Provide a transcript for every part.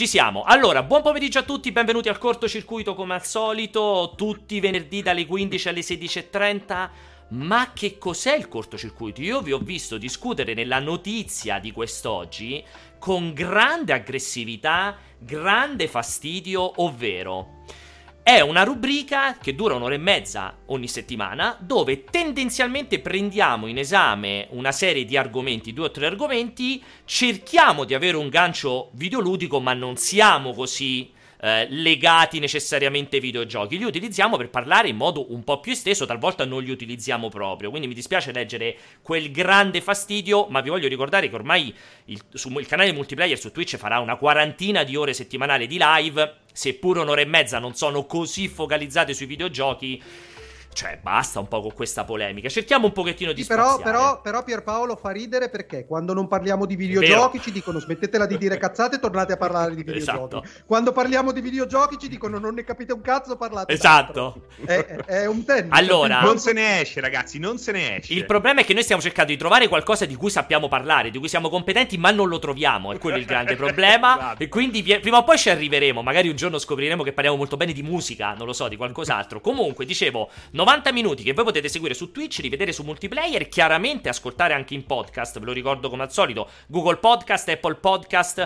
Ci siamo. Allora, buon pomeriggio a tutti, benvenuti al cortocircuito come al solito, tutti i venerdì dalle 15 alle 16:30. Ma che cos'è il cortocircuito? Io vi ho visto discutere nella notizia di quest'oggi con grande aggressività, grande fastidio, ovvero è una rubrica che dura un'ora e mezza ogni settimana, dove tendenzialmente prendiamo in esame una serie di argomenti, 2 o 3 argomenti, cerchiamo di avere un gancio videoludico, ma non siamo così legati necessariamente ai videogiochi. Li utilizziamo per parlare in modo un po' più esteso, talvolta non li utilizziamo proprio, quindi mi dispiace leggere quel grande fastidio, ma vi voglio ricordare che ormai il canale multiplayer su Twitch farà una quarantina di ore settimanali di live, seppur un'ora e mezza non sono così focalizzate sui videogiochi. Cioè, basta un po' con questa polemica. Cerchiamo un pochettino di spaziare. Però Pierpaolo fa ridere perché quando non parliamo di videogiochi ci dicono smettetela di dire cazzate e tornate a parlare di videogiochi. Esatto. Quando parliamo di videogiochi ci dicono non ne capite un cazzo, parlate. Esatto. È un tennis. Allora, non se ne esce, ragazzi, non se ne esce. Il problema è che noi stiamo cercando di trovare qualcosa di cui sappiamo parlare, di cui siamo competenti, ma non lo troviamo. È quello il grande problema. Esatto. E quindi prima o poi ci arriveremo. Magari un giorno scopriremo che parliamo molto bene di musica, non lo so, di qualcos'altro. Comunque, dicevo, 90 minuti che voi potete seguire su Twitch, rivedere su multiplayer, chiaramente ascoltare anche in podcast, ve lo ricordo come al solito, Google Podcast, Apple Podcast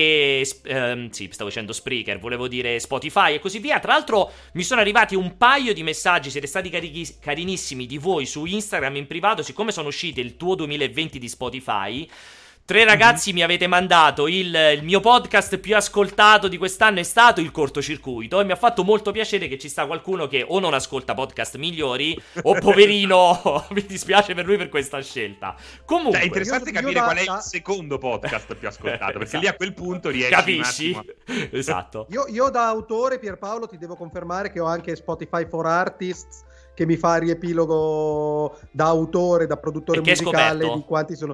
e sì, stavo dicendo Spreaker, volevo dire Spotify e così via. Tra l'altro mi sono arrivati un paio di messaggi, siete stati carinissimi di voi su Instagram in privato, siccome sono uscite il tuo 2020 di Spotify. 3 ragazzi mi avete mandato il mio podcast più ascoltato di quest'anno è stato il cortocircuito, e mi ha fatto molto piacere che ci sta qualcuno che o non ascolta podcast migliori o poverino mi dispiace per lui per questa scelta. Comunque è interessante capire qual è il secondo podcast più ascoltato, perché lì a quel punto riesci, capisci? Esatto. Io da autore, Pierpaolo, ti devo confermare che ho anche Spotify for Artists che mi fa riepilogo da autore, da produttore musicale di quanti sono.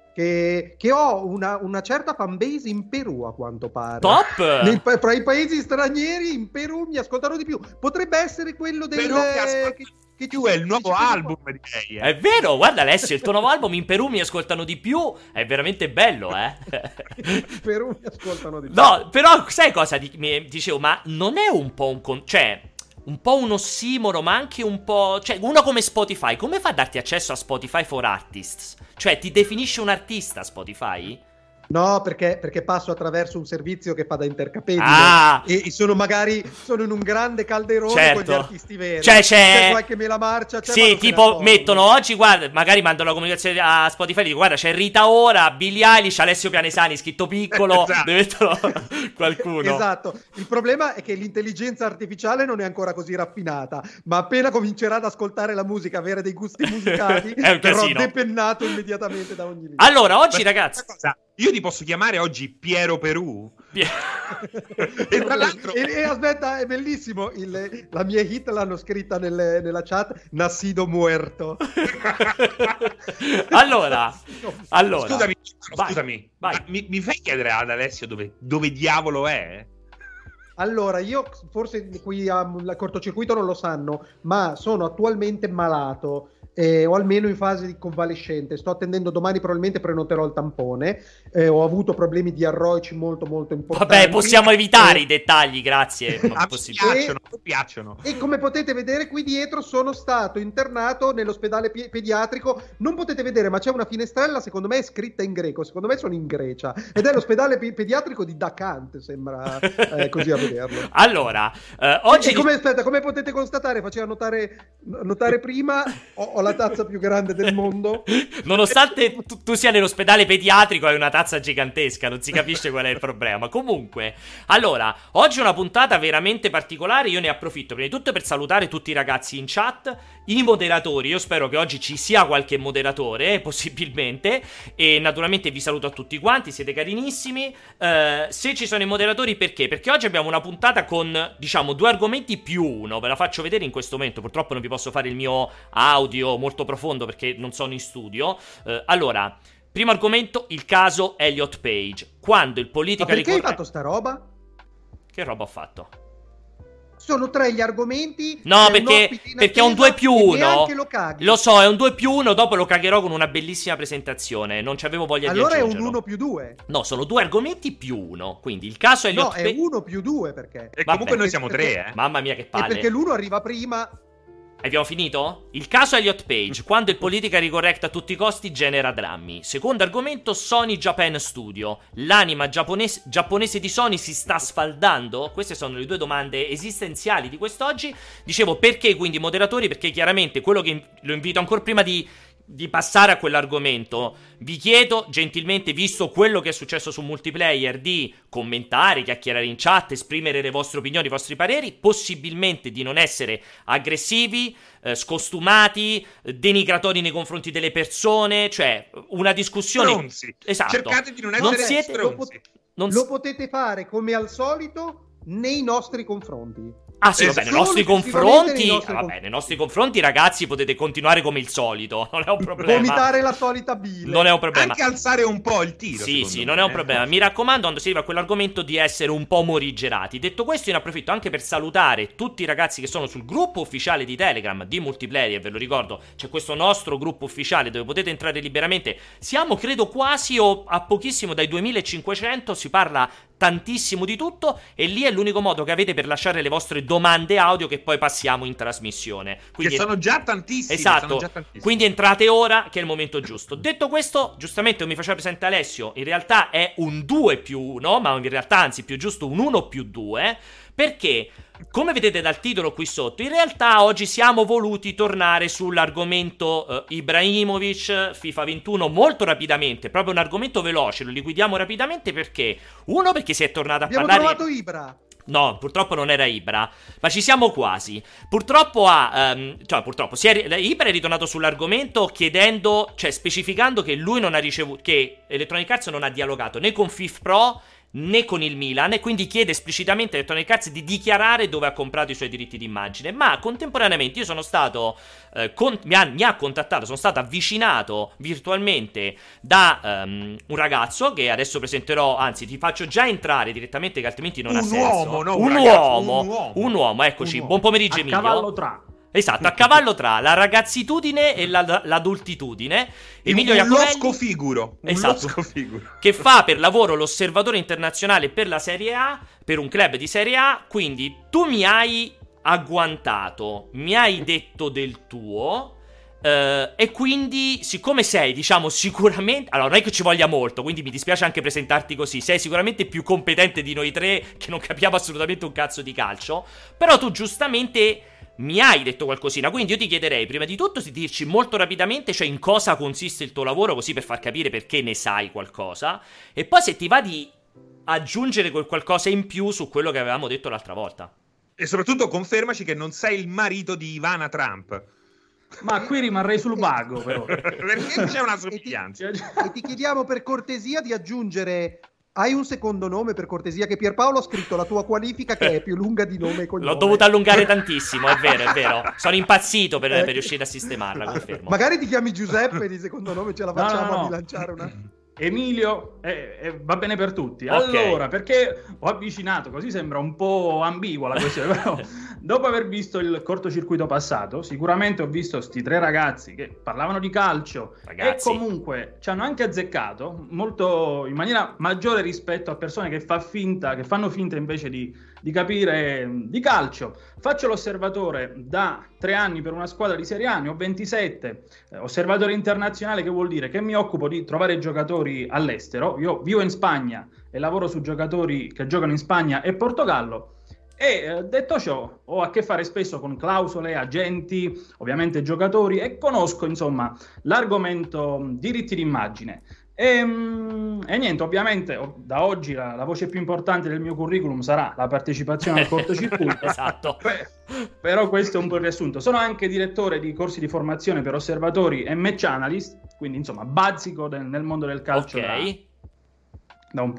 Che ho una certa fanbase in Perù, a quanto pare. Top! Fra i paesi stranieri in Perù mi ascoltano di più. Potrebbe essere quello del... che più è il nuovo album, direi. È vero, guarda Alessio, il tuo nuovo album in Perù mi ascoltano di più. È veramente bello, In Perù mi ascoltano di più. No, però sai cosa dicevo? Ma non è un po' un po' un ossimoro, ma anche un po'... Cioè, uno come Spotify, come fa a darti accesso a Spotify for Artists? Cioè, ti definisce un artista Spotify? No, perché passo attraverso un servizio che fa da intercapedine e sono in un grande calderone con gli artisti veri. Cioè c'è qualche mela marcia. Sì, tipo mettono oggi, guarda, magari mandano la comunicazione a Spotify, dico guarda c'è Rita Ora, Billie Eilish, Alessio Pianesani, scritto piccolo, esatto. Deve metterlo qualcuno. Esatto, il problema è che l'intelligenza artificiale non è ancora così raffinata, ma appena comincerà ad ascoltare la musica, avere dei gusti musicali, verrò depennato immediatamente da ogni libro. Allora, oggi ragazzi... Io ti posso chiamare oggi Piero Perù? E tra l'altro... E aspetta, è bellissimo, la mia hit l'hanno scritta nella chat, Nacido Muerto. Allora. Scusami, vai. Mi fai chiedere ad Alessio dove diavolo è? Allora, io forse qui al cortocircuito non lo sanno, ma sono attualmente malato. O almeno in fase di convalescente. Sto attendendo domani, probabilmente prenoterò il tampone. Ho avuto problemi diarroici molto molto importanti. Vabbè, possiamo evitare i dettagli, grazie. Mi piacciono. E come potete vedere qui dietro sono stato internato nell'ospedale pediatrico. Non potete vedere, ma c'è una finestrella, secondo me è scritta in greco, secondo me sono in Grecia, ed è l'ospedale pediatrico di Dakant, sembra così a vederlo. Allora, oggi... come potete constatare, faceva notare prima, ho la tazza più grande del mondo. Nonostante tu sia nell'ospedale pediatrico, hai una tazza gigantesca, non si capisce qual è il problema. Comunque, allora, oggi è una puntata veramente particolare. Io ne approfitto prima di tutto per salutare tutti i ragazzi in chat, i moderatori. Io spero che oggi ci sia qualche moderatore, possibilmente, e naturalmente vi saluto a tutti quanti, siete carinissimi. Se ci sono i moderatori, perché? Perché oggi abbiamo una puntata con, diciamo, 2 argomenti più uno. Ve la faccio vedere in questo momento. Purtroppo non vi posso fare il mio audio molto profondo perché non sono in studio. Allora, primo argomento, il caso Elliot Page. Quando il politically Ma perché hai fatto sta roba? Che roba ho fatto? Sono 3 gli argomenti. No, perché è un 2+1. Lo so, è un 2+1. Dopo lo cagherò con una bellissima presentazione. Non c'avevo voglia di aggiungerlo. Allora è un 1+2. No, sono 2 argomenti più 1. Quindi il caso è No, è 1+2 perché. E comunque noi siamo 3, Mamma mia, che palle. E perché l'1 arriva prima. Abbiamo finito? Il caso Elliot Page, quando il politically correct a tutti i costi genera drammi. Secondo argomento, Sony Japan Studio. L'anima giapponese di Sony si sta sfaldando? Queste sono le 2 domande esistenziali di quest'oggi. Dicevo, perché quindi moderatori? Perché chiaramente quello che lo invito ancora prima di passare a quell'argomento, vi chiedo gentilmente, visto quello che è successo su Multiplayer, di commentare, chiacchierare in chat, esprimere le vostre opinioni, i vostri pareri, possibilmente di non essere aggressivi, scostumati, denigratori nei confronti delle persone, cioè una discussione... Stronzi. Esatto. Cercate di non essere stronzi. Lo potete fare come al solito nei nostri confronti. Ah sì, vabbè, nei nostri confronti, ragazzi, potete continuare come il solito, non è un problema. Vomitare la solita bile. Non è un problema. Anche alzare un po' il tiro. Sì, non è un problema. Mi raccomando, quando si arriva a quell'argomento, di essere un po' morigerati. Detto questo, io ne approfitto anche per salutare tutti i ragazzi che sono sul gruppo ufficiale di Telegram di Multiplayer, ve lo ricordo, c'è questo nostro gruppo ufficiale dove potete entrare liberamente. Siamo, credo, quasi o a pochissimo dai 2500, si parla tantissimo di tutto e lì è l'unico modo che avete per lasciare le vostre domande audio che poi passiamo in trasmissione. Quindi che sono già tantissime. Esatto, quindi entrate ora che è il momento giusto. Detto questo, giustamente mi faceva presente Alessio, in realtà è un 2+1, ma in realtà anzi più giusto un 1+2, perché come vedete dal titolo qui sotto, in realtà oggi siamo voluti tornare sull'argomento Ibrahimovic, FIFA 21 molto rapidamente, proprio un argomento veloce, lo liquidiamo rapidamente perché si è tornato a parlare... Abbiamo trovato Ibra. No, purtroppo non era Ibra, ma ci siamo quasi. Purtroppo Ibra è ritornato sull'argomento chiedendo, cioè specificando che lui non ha ricevuto, che Electronic Arts non ha dialogato né con FIFA Pro né con il Milan e quindi chiede esplicitamente a Electronic Arts di dichiarare dove ha comprato i suoi diritti d'immagine. Ma contemporaneamente io sono stato mi ha contattato, sono stato avvicinato virtualmente da un ragazzo che adesso presenterò, anzi ti faccio già entrare direttamente che altrimenti non ha senso. Un uomo, eccoci. Buon pomeriggio Emilio. Cavallo tra. Esatto, a cavallo tra la ragazzitudine e l'adultitudine. Emilio Iacovelli, losco figuro, che fa per lavoro l'osservatore internazionale per la Serie A, per un club di Serie A. Quindi tu mi hai agguantato, mi hai detto del tuo, e quindi siccome sei, diciamo, sicuramente, allora non è che ci voglia molto, quindi mi dispiace anche presentarti così, sei sicuramente più competente di noi tre che non capiamo assolutamente un cazzo di calcio, però tu giustamente mi hai detto qualcosina, quindi io ti chiederei prima di tutto di dirci molto rapidamente, cioè in cosa consiste il tuo lavoro, così per far capire perché ne sai qualcosa, e poi se ti va di aggiungere qualcosa in più su quello che avevamo detto l'altra volta. E soprattutto confermaci che non sei il marito di Ivana Trump. Ma qui rimarrei sul vago, però. Perché c'è una somiglianza. E ti chiediamo per cortesia di aggiungere... Hai un secondo nome per cortesia? Che Pierpaolo ha scritto la tua qualifica che è più lunga di nome e cognome. L'ho dovuta allungare tantissimo, è vero. Sono impazzito per riuscire a sistemarla, confermo. Magari ti chiami Giuseppe di secondo nome, ce la facciamo no. a bilanciare una... Emilio va bene per tutti. Okay. Allora, perché ho avvicinato, così sembra un po' ambigua la questione, però dopo aver visto il cortocircuito passato, sicuramente ho visto sti 3 ragazzi che parlavano di calcio e comunque ci hanno anche azzeccato molto in maniera maggiore rispetto a persone che fanno finta invece di capire di calcio. Faccio l'osservatore da 3 anni per una squadra di Serie A, ne ho 27, osservatore internazionale, che vuol dire che mi occupo di trovare giocatori all'estero. Io vivo in Spagna e lavoro su giocatori che giocano in Spagna e Portogallo, e detto ciò ho a che fare spesso con clausole, agenti, ovviamente giocatori, e conosco insomma l'argomento diritti d'immagine. E niente, ovviamente da oggi la voce più importante del mio curriculum sarà la partecipazione al cortocircuito. Esatto. Però questo è un po' il riassunto. Sono anche direttore di corsi di formazione per osservatori e match analyst, quindi insomma bazzico nel mondo del calcio da un po'.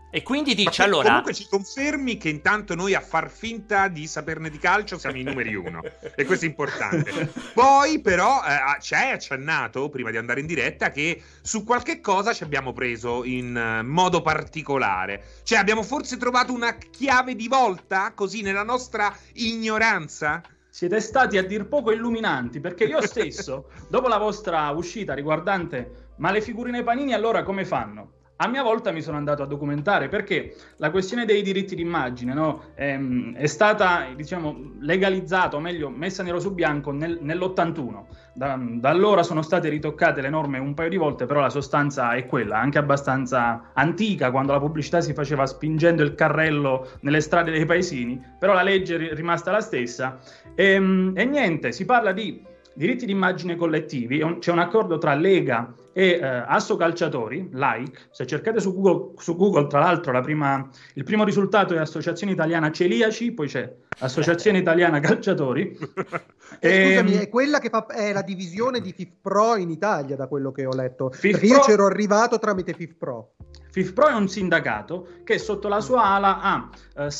E quindi dice, Ma allora... Comunque ci confermi che intanto noi a far finta di saperne di calcio siamo i numeri uno. E questo è importante. Poi però ci hai accennato, prima di andare in diretta, che su qualche cosa ci abbiamo preso in modo particolare. Cioè abbiamo forse trovato una chiave di volta, così, nella nostra ignoranza? Siete stati a dir poco illuminanti, perché io stesso, dopo la vostra uscita riguardante ma le figurine Panini allora come fanno? A mia volta mi sono andato a documentare, perché la questione dei diritti d'immagine, no, è stata, diciamo, legalizzata, o meglio messa nero su bianco nell'81. Da allora sono state ritoccate le norme un paio di volte, però la sostanza è quella, anche abbastanza antica, quando la pubblicità si faceva spingendo il carrello nelle strade dei paesini, però la legge è rimasta la stessa. E niente, si parla di diritti d'immagine collettivi, c'è un accordo tra Lega e Assocalciatori, l'AIC. Se cercate su Google, tra l'altro il primo risultato è Associazione Italiana Celiaci, poi c'è Associazione Italiana Calciatori. Scusami, è quella che è la divisione di FIFPro in Italia, da quello che ho letto. FIFPro, perché io c'ero arrivato tramite FIFPro. FIFPro è un sindacato che sotto la sua ala ha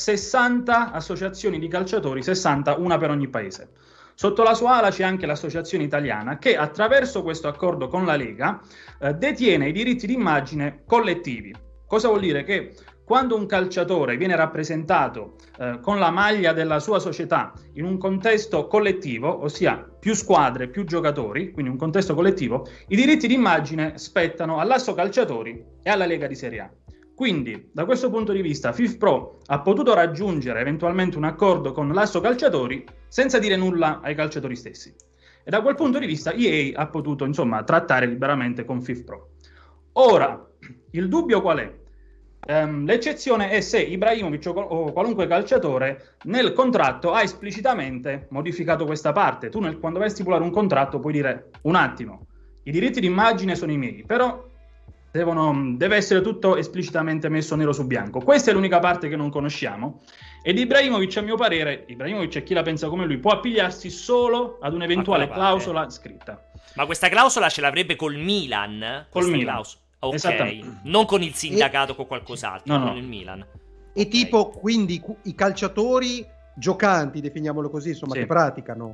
60 associazioni di calciatori, 60, una per ogni paese. Sotto la sua ala c'è anche l'Associazione Italiana che attraverso questo accordo con la Lega detiene i diritti d'immagine collettivi. Cosa vuol dire? Che quando un calciatore viene rappresentato con la maglia della sua società in un contesto collettivo, ossia più squadre, più giocatori, quindi un contesto collettivo, i diritti d'immagine spettano all'Assocalciatori e alla Lega di Serie A. Quindi, da questo punto di vista, FIFPro ha potuto raggiungere eventualmente un accordo con l'Assocalciatori senza dire nulla ai calciatori stessi. E da quel punto di vista EA ha potuto, insomma, trattare liberamente con FIFPro. Ora, il dubbio qual è? L'eccezione è se Ibrahimovic o qualunque calciatore nel contratto ha esplicitamente modificato questa parte. Tu quando vai a stipulare un contratto puoi dire, un attimo, i diritti d'immagine sono i miei, però deve essere tutto esplicitamente messo nero su bianco. Questa è l'unica parte che non conosciamo, ed Ibrahimovic, a mio parere, Ibrahimovic e chi la pensa come lui, può appigliarsi solo ad un'eventuale clausola scritta. Ma questa clausola ce l'avrebbe col Milan? Col Milan. Ok, non con il sindacato o con qualcos'altro, con il Milan. E tipo, quindi i calciatori giocanti, definiamolo così, insomma, che praticano,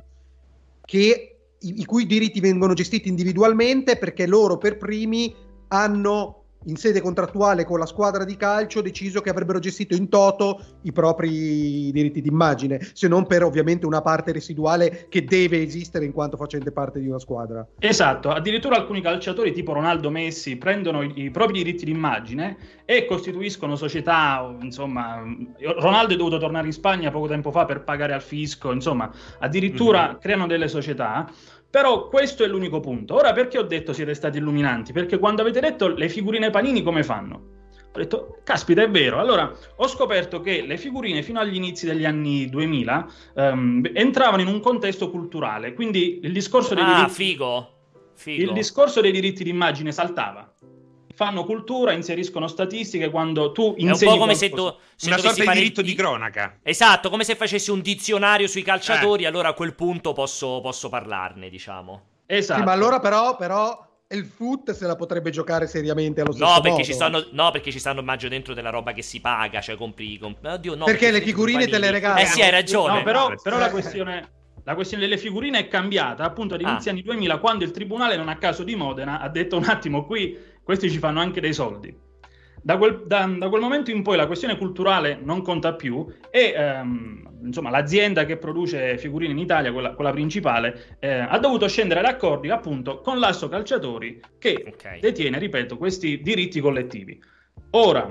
che i cui diritti vengono gestiti individualmente, perché loro per primi hanno in sede contrattuale con la squadra di calcio deciso che avrebbero gestito in toto i propri diritti d'immagine, se non per ovviamente una parte residuale che deve esistere in quanto facente parte di una squadra. Esatto, addirittura alcuni calciatori tipo Ronaldo, Messi prendono i propri diritti d'immagine e costituiscono società, insomma, Ronaldo è dovuto tornare in Spagna poco tempo fa per pagare al fisco, insomma, addirittura creano delle società. Però questo è l'unico punto. Ora, perché ho detto siete stati illuminanti? Perché quando avete detto le figurine Panini come fanno? Ho detto, caspita, è vero. Allora, ho scoperto che le figurine fino agli inizi degli anni 2000 entravano in un contesto culturale, quindi il discorso dei diritti... Figo. Il discorso dei diritti d'immagine saltava. Fanno cultura, inseriscono statistiche quando tu insegni. È un po' come se una sorta di diritto di cronaca. Esatto, come se facessi un dizionario sui calciatori, allora a quel punto posso parlarne, diciamo. Esatto. Sì, ma allora però il foot se la potrebbe giocare seriamente allo stesso modo. Perché ci stanno immagino dentro della roba che si paga, cioè compri oddio, no, perché le figurine te le regalano. Sì, hai ragione. No, però la questione delle figurine è cambiata appunto ad inizi anni 2000, quando il tribunale, non a caso di Modena, ha detto un attimo, qui questi ci fanno anche dei soldi. Da quel momento in poi la questione culturale non conta più e insomma l'azienda che produce figurine in Italia, quella principale, ha dovuto scendere ad accordi appunto con l'Assocalciatori che detiene, ripeto, questi diritti collettivi. Ora,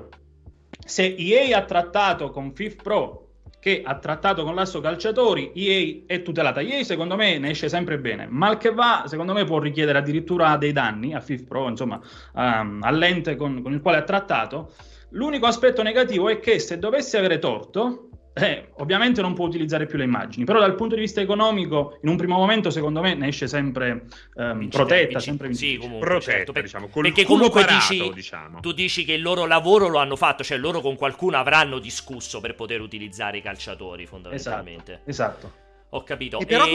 se EA ha trattato con FIFPro, che ha trattato con l'Assocalciatori, EA è tutelata. EA secondo me ne esce sempre bene, mal che va, secondo me può richiedere addirittura dei danni a FIFPro, insomma, all'ente con il quale ha trattato. L'unico aspetto negativo è che se dovesse avere torto, ovviamente non può utilizzare più le immagini, però dal punto di vista economico, in un primo momento, secondo me, ne esce sempre protetta, sempre sì, comunque, protetta, certo, diciamo, perché comunque parato, tu dici che il loro lavoro lo hanno fatto, cioè loro con qualcuno avranno discusso per poter utilizzare i calciatori, fondamentalmente. Esatto. Ho capito. E però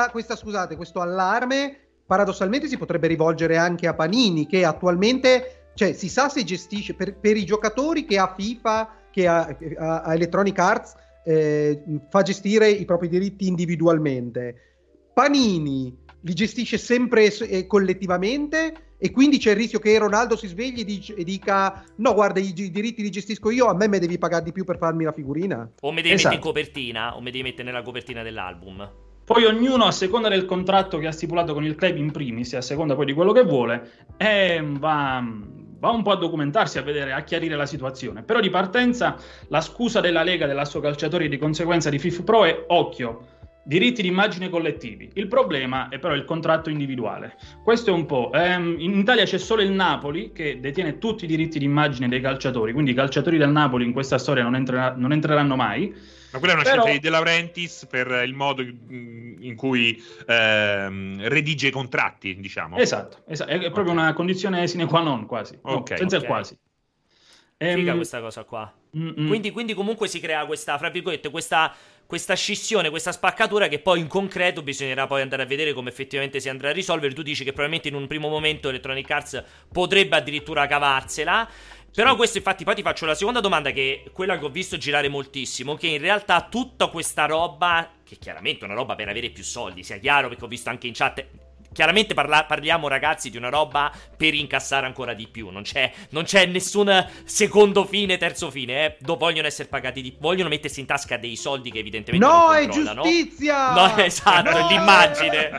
questo allarme paradossalmente si potrebbe rivolgere anche a Panini, che attualmente cioè si sa se gestisce per i giocatori che ha FIFA, che ha Electronic Arts, fa gestire i propri diritti individualmente. Panini li gestisce sempre collettivamente, e quindi c'è il rischio che Ronaldo si svegli e dica: no, guarda, i diritti li gestisco io, a me devi pagare di più per farmi la figurina, o me devi mettere in copertina, o me devi mettere nella copertina dell'album. Poi ognuno, a seconda del contratto che ha stipulato con il club in primis, e a seconda poi di quello che vuole, va un po' a documentarsi, a vedere, a chiarire la situazione. Però di partenza la scusa della Lega, dell'Assocalciatori e di conseguenza di FIFPro è: occhio, diritti d'immagine collettivi. Il problema è però il contratto individuale. Questo è un po'. In Italia c'è solo il Napoli che detiene tutti i diritti d'immagine dei calciatori, quindi i calciatori del Napoli in questa storia non entreranno mai. Ma quella è una scelta di De Laurentiis per il modo in cui redige i contratti, diciamo. Esatto. È proprio una condizione sine qua non, quasi. Senza il quasi. Figa questa cosa qua. Quindi comunque si crea questa, fra virgolette, questa scissione, questa spaccatura che poi in concreto bisognerà poi andare a vedere come effettivamente si andrà a risolvere. Tu dici che probabilmente in un primo momento Electronic Arts potrebbe addirittura cavarsela. Però questo, infatti, poi ti faccio la seconda domanda, che è quella che ho visto girare moltissimo, che in realtà tutta questa roba, che chiaramente è una roba per avere più soldi, sia chiaro, perché ho visto anche in chat, chiaramente parliamo, ragazzi, di una roba per incassare ancora di più, non c'è nessun secondo fine, terzo fine, vogliono essere pagati vogliono mettersi in tasca dei soldi che evidentemente non controllano. È giustizia! No, esatto, è l'immagine.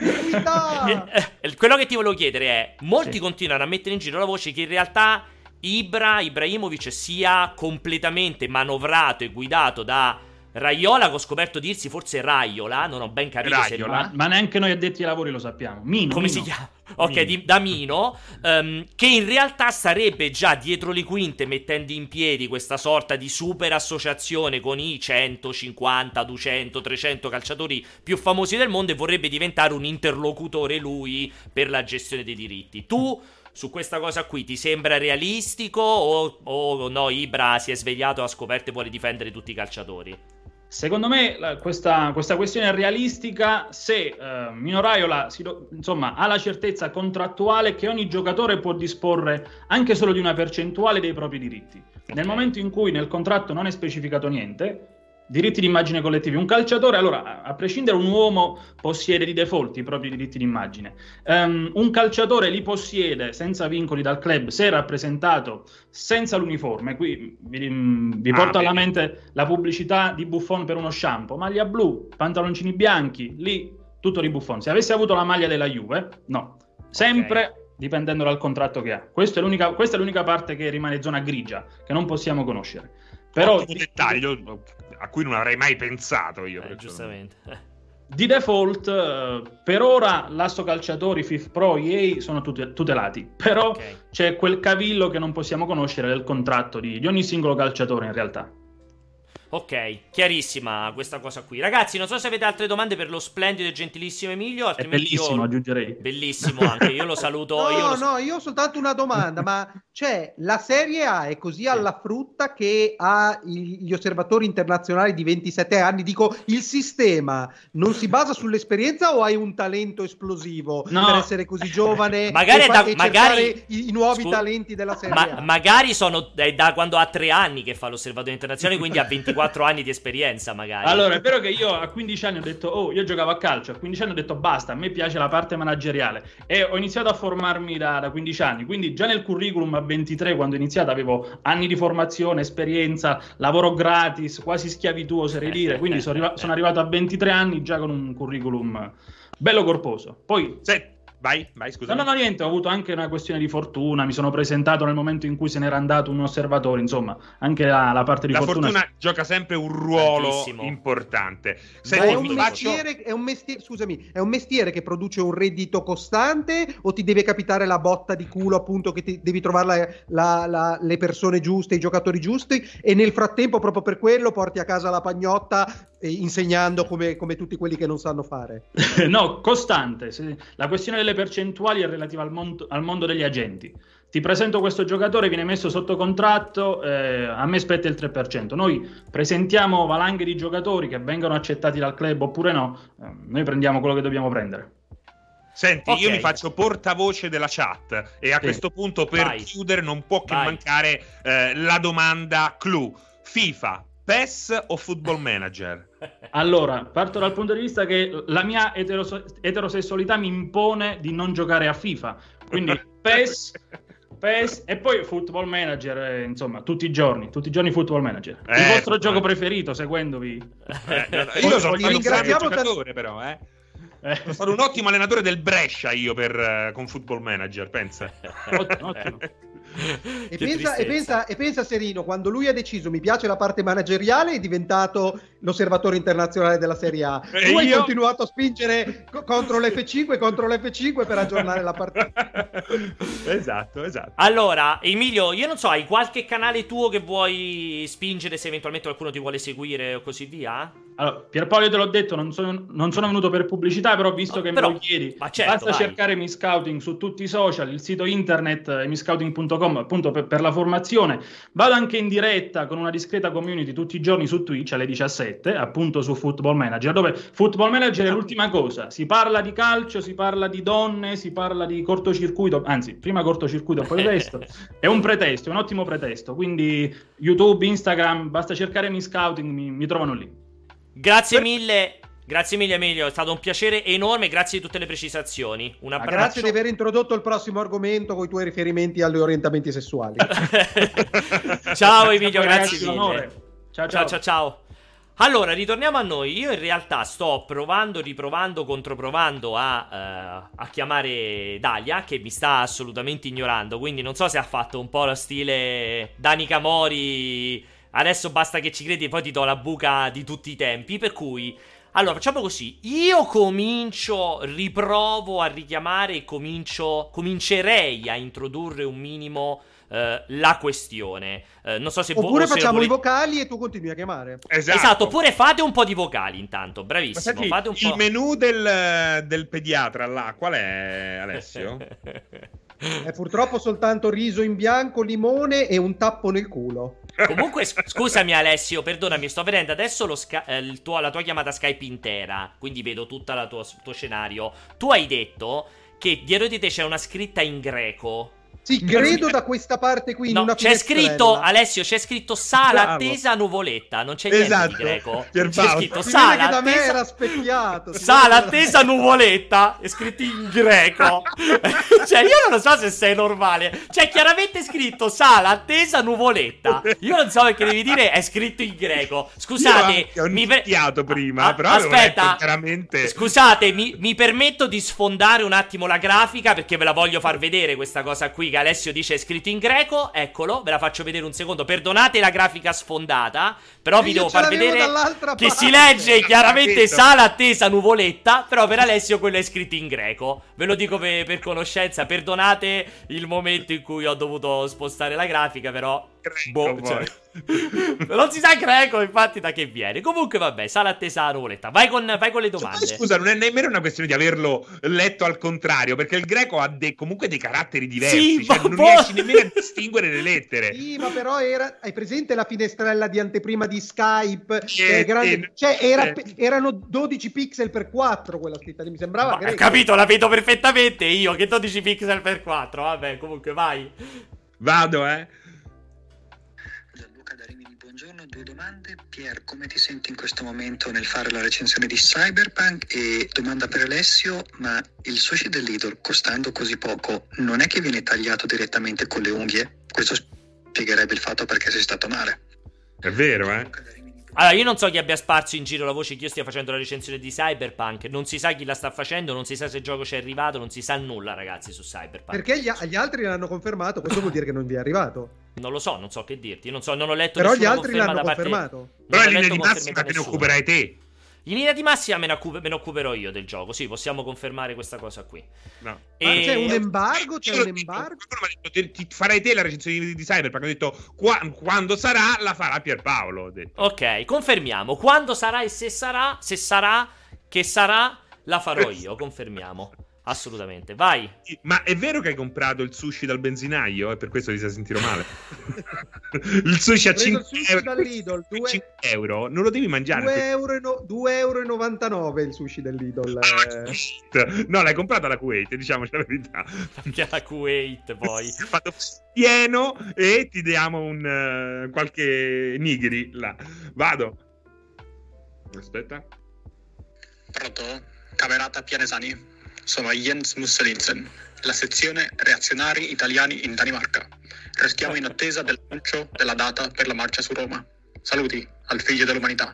Quello che ti volevo chiedere è: molti continuano a mettere in giro la voce che in realtà Ibrahimovic sia completamente manovrato e guidato da Raiola, che ho scoperto dirsi forse Raiola, non ho ben capito ma neanche noi addetti ai lavori lo sappiamo. Mino. Si chiama? Ok, da Mino, che in realtà sarebbe già dietro le quinte mettendo in piedi questa sorta di super associazione con i 150, 200, 300 calciatori più famosi del mondo, e vorrebbe diventare un interlocutore lui per la gestione dei diritti. Tu su questa cosa qui ti sembra realistico o no, Ibra si è svegliato, ha scoperto e vuole difendere tutti i calciatori? Secondo me questa questione è realistica se Mino Raiola ha la certezza contrattuale che ogni giocatore può disporre anche solo di una percentuale dei propri diritti. Okay. Nel momento in cui nel contratto non è specificato niente, diritti di immagine collettivi, un calciatore, allora, a prescindere, un uomo possiede di default i propri diritti di immagine. Un calciatore li possiede senza vincoli dal club se è rappresentato senza l'uniforme. Qui vi porto alla mente la pubblicità di Buffon per uno shampoo: maglia blu, pantaloncini bianchi, lì tutto di Buffon. Se avesse avuto la maglia della Juve, no, sempre dipendendo dal contratto che ha. Questa è l'unica parte che rimane zona grigia, che non possiamo conoscere. Però un dettaglio a cui non avrei mai pensato io. Giustamente. Di default, per ora, l'Assocalciatori, FIFPro, EA sono tutelati. Però c'è quel cavillo che non possiamo conoscere del contratto di ogni singolo calciatore, in realtà. Ok, chiarissima questa cosa qui. Ragazzi, non so se avete altre domande per lo splendido e gentilissimo Emilio. Altrimenti è bellissimo, aggiungerei. Bellissimo anche, io lo saluto. Io ho soltanto una domanda, ma la Serie A è così alla frutta che ha gli osservatori internazionali di 27 anni? Dico, il sistema non si basa sull'esperienza o hai un talento esplosivo per essere così giovane magari i nuovi talenti della Serie A? Magari sono da quando ha 3 anni che fa l'osservatore internazionale, quindi ha 24 anni di esperienza magari. Allora, è vero che io a 15 anni ho detto io giocavo a calcio, a 15 anni ho detto basta, a me piace la parte manageriale, e ho iniziato a formarmi da 15 anni, quindi già nel curriculum a 23, quando ho iniziato, avevo anni di formazione, esperienza, lavoro gratis, quasi schiavitù oserei dire, quindi sono arrivato a 23 anni già con un curriculum bello corposo. Poi Vai, scusa. No, niente, ho avuto anche una questione di fortuna, mi sono presentato nel momento in cui se n'era andato un osservatore, insomma, anche la parte di fortuna. La fortuna gioca sempre un ruolo importante. È un mestiere che produce un reddito costante, o ti deve capitare la botta di culo, appunto, che ti devi trovare le persone giuste, i giocatori giusti, e nel frattempo, proprio per quello, porti a casa la pagnotta insegnando come tutti quelli che non sanno fare? No, costante. La questione delle percentuali è relativa al mondo degli agenti. Ti presento questo giocatore, viene messo sotto contratto, a me spetta il 3%. Noi presentiamo valanghe di giocatori che vengono accettati dal club oppure no, noi prendiamo quello che dobbiamo prendere. Senti, io mi faccio portavoce della chat e a questo punto per chiudere non può che mancare la domanda clou. FIFA, PES o Football Manager? Allora, parto dal punto di vista che la mia eterosessualità mi impone di non giocare a FIFA, quindi PES e poi Football Manager, insomma, tutti i giorni Football Manager. Il vostro gioco preferito, seguendovi? Io sono un giocatore, però, sono stato un ottimo allenatore del Brescia io con Football Manager, pensa. Ottimo. E pensa Serino, quando lui ha deciso mi piace la parte manageriale, è diventato l'osservatore internazionale della Serie A. Tu hai continuato a spingere contro l'F5 per aggiornare la partita. Esatto. Allora, Emilio, io non so, hai qualche canale tuo che vuoi spingere se eventualmente qualcuno ti vuole seguire o così via? Allora, Pierpaolo, io te l'ho detto, non sono venuto per pubblicità, però visto che me lo chiedi, basta cercare Mi Scouting su tutti i social, il sito internet miscouting.com, appunto per la formazione. Vado anche in diretta con una discreta community tutti i giorni su Twitch alle 17, appunto su Football Manager, dove Football Manager è l'ultima cosa. Si parla di calcio, si parla di donne, si parla di cortocircuito, anzi, prima cortocircuito, poi pretesto. È un pretesto, è un ottimo pretesto. Quindi YouTube, Instagram, basta cercare Mi Scouting, mi trovano lì. Grazie mille Emilio, è stato un piacere enorme, grazie di tutte le precisazioni. Un abbraccio. Grazie di aver introdotto il prossimo argomento con i tuoi riferimenti agli orientamenti sessuali. Ciao Emilio, grazie mille. Ciao. Allora, ritorniamo a noi. Io in realtà sto riprovando, controprovando a chiamare Dalia, che mi sta assolutamente ignorando, quindi non so se ha fatto un po' lo stile Danica Mori. Adesso basta che ci credi e poi ti do la buca di tutti i tempi. Per cui, allora, facciamo così. Io riprovo a richiamare e comincerei a introdurre un minimo la questione. Non so se oppure facciamo i vocali e tu continui a chiamare. Esatto, oppure fate un po' di vocali intanto. Bravissimo. Fate un il menù del pediatra là, qual è, Alessio? È purtroppo soltanto riso in bianco, limone e un tappo nel culo. Comunque, scusami Alessio, perdonami, sto vedendo adesso la tua chiamata Skype intera, quindi vedo tutto il tuo scenario. Tu hai detto che dietro di te c'è una scritta in greco. Sì, credo da questa parte qui. No, c'è scritto, Alessio, c'è scritto sala attesa nuvoletta. Non c'è niente di greco. C'è scritto sala attesa. Da me era specchiato. Sala attesa nuvoletta. È scritto in greco. Cioè, io non so se sei normale. C'è chiaramente scritto sala attesa nuvoletta. Io non so che devi dire, è scritto in greco. Scusate, ho iniziato prima, però aspetta, chiaramente. Scusate, mi permetto di sfondare un attimo la grafica perché ve la voglio far vedere questa cosa qui che Alessio dice è scritto in greco. Eccolo, ve la faccio vedere un secondo. Perdonate la grafica sfondata, però vi devo far vedere che si legge chiaramente sala attesa nuvoletta, però per Alessio quello è scritto in greco. Ve lo dico per conoscenza. Perdonate il momento in cui ho dovuto spostare la grafica, però non si sa greco, infatti, da che viene. Comunque vabbè, sala attesa nuvoletta. Vai con le domande. Scusa, non è nemmeno una questione di averlo letto al contrario, perché il greco ha comunque dei caratteri diversi, cioè non riesci nemmeno a distinguere le lettere. Sì, ma però hai presente la finestrella di anteprima di Skype? Che è grande, erano 12 pixel per 4 quella scritta lì, mi sembrava greco. Ho capito, la vedo perfettamente io, che 12 pixel per 4. Vabbè, comunque vai. Vado, Gianluca da Rimini, buongiorno, 2 domande. Pier, come ti senti in questo momento nel fare la recensione di Cyberpunk? E domanda per Alessio, ma il sushi dell'Idol, costando così poco, non è che viene tagliato direttamente con le unghie? Questo spiegherebbe il fatto perché sei stato male. È vero, Allora, io non so chi abbia sparso in giro la voce che io stia facendo la recensione di Cyberpunk. Non si sa chi la sta facendo, non si sa se il gioco ci è arrivato, non si sa nulla, ragazzi, su Cyberpunk. Perché gli altri l'hanno confermato, questo vuol dire che non vi è arrivato. Non lo so, non so che dirti. Non ho letto però gli altri l'hanno confermato. Però in linea di massima te ne occuperai te. In linea di massima me ne occuperò io del gioco. Sì, possiamo confermare questa cosa qui. No. C'è un embargo? Ti farai te la recensione di Cyberpunk. Ho detto quando sarà la farà Pierpaolo, ho detto. Ok, confermiamo. Quando sarà e se sarà che sarà la farò io, confermiamo. Assolutamente, vai. Ma è vero che hai comprato il sushi dal benzinaio? E per questo ti sei sentito male? Il sushi a 5 euro. Dal Lidl, 5 euro? Non lo devi mangiare. 2,99 euro il sushi del Lidl. No, l'hai comprato alla Kuwait, diciamo la verità. Anche alla Kuwait, poi. Ho fatto pieno e ti diamo un qualche nigiri là. Vado. Aspetta. Pronto? Camerata Pianesani. Sono Jens Musselinsen, la sezione reazionari italiani in Danimarca. Restiamo in attesa dell'annuncio della data per la marcia su Roma. Saluti al figlio dell'umanità.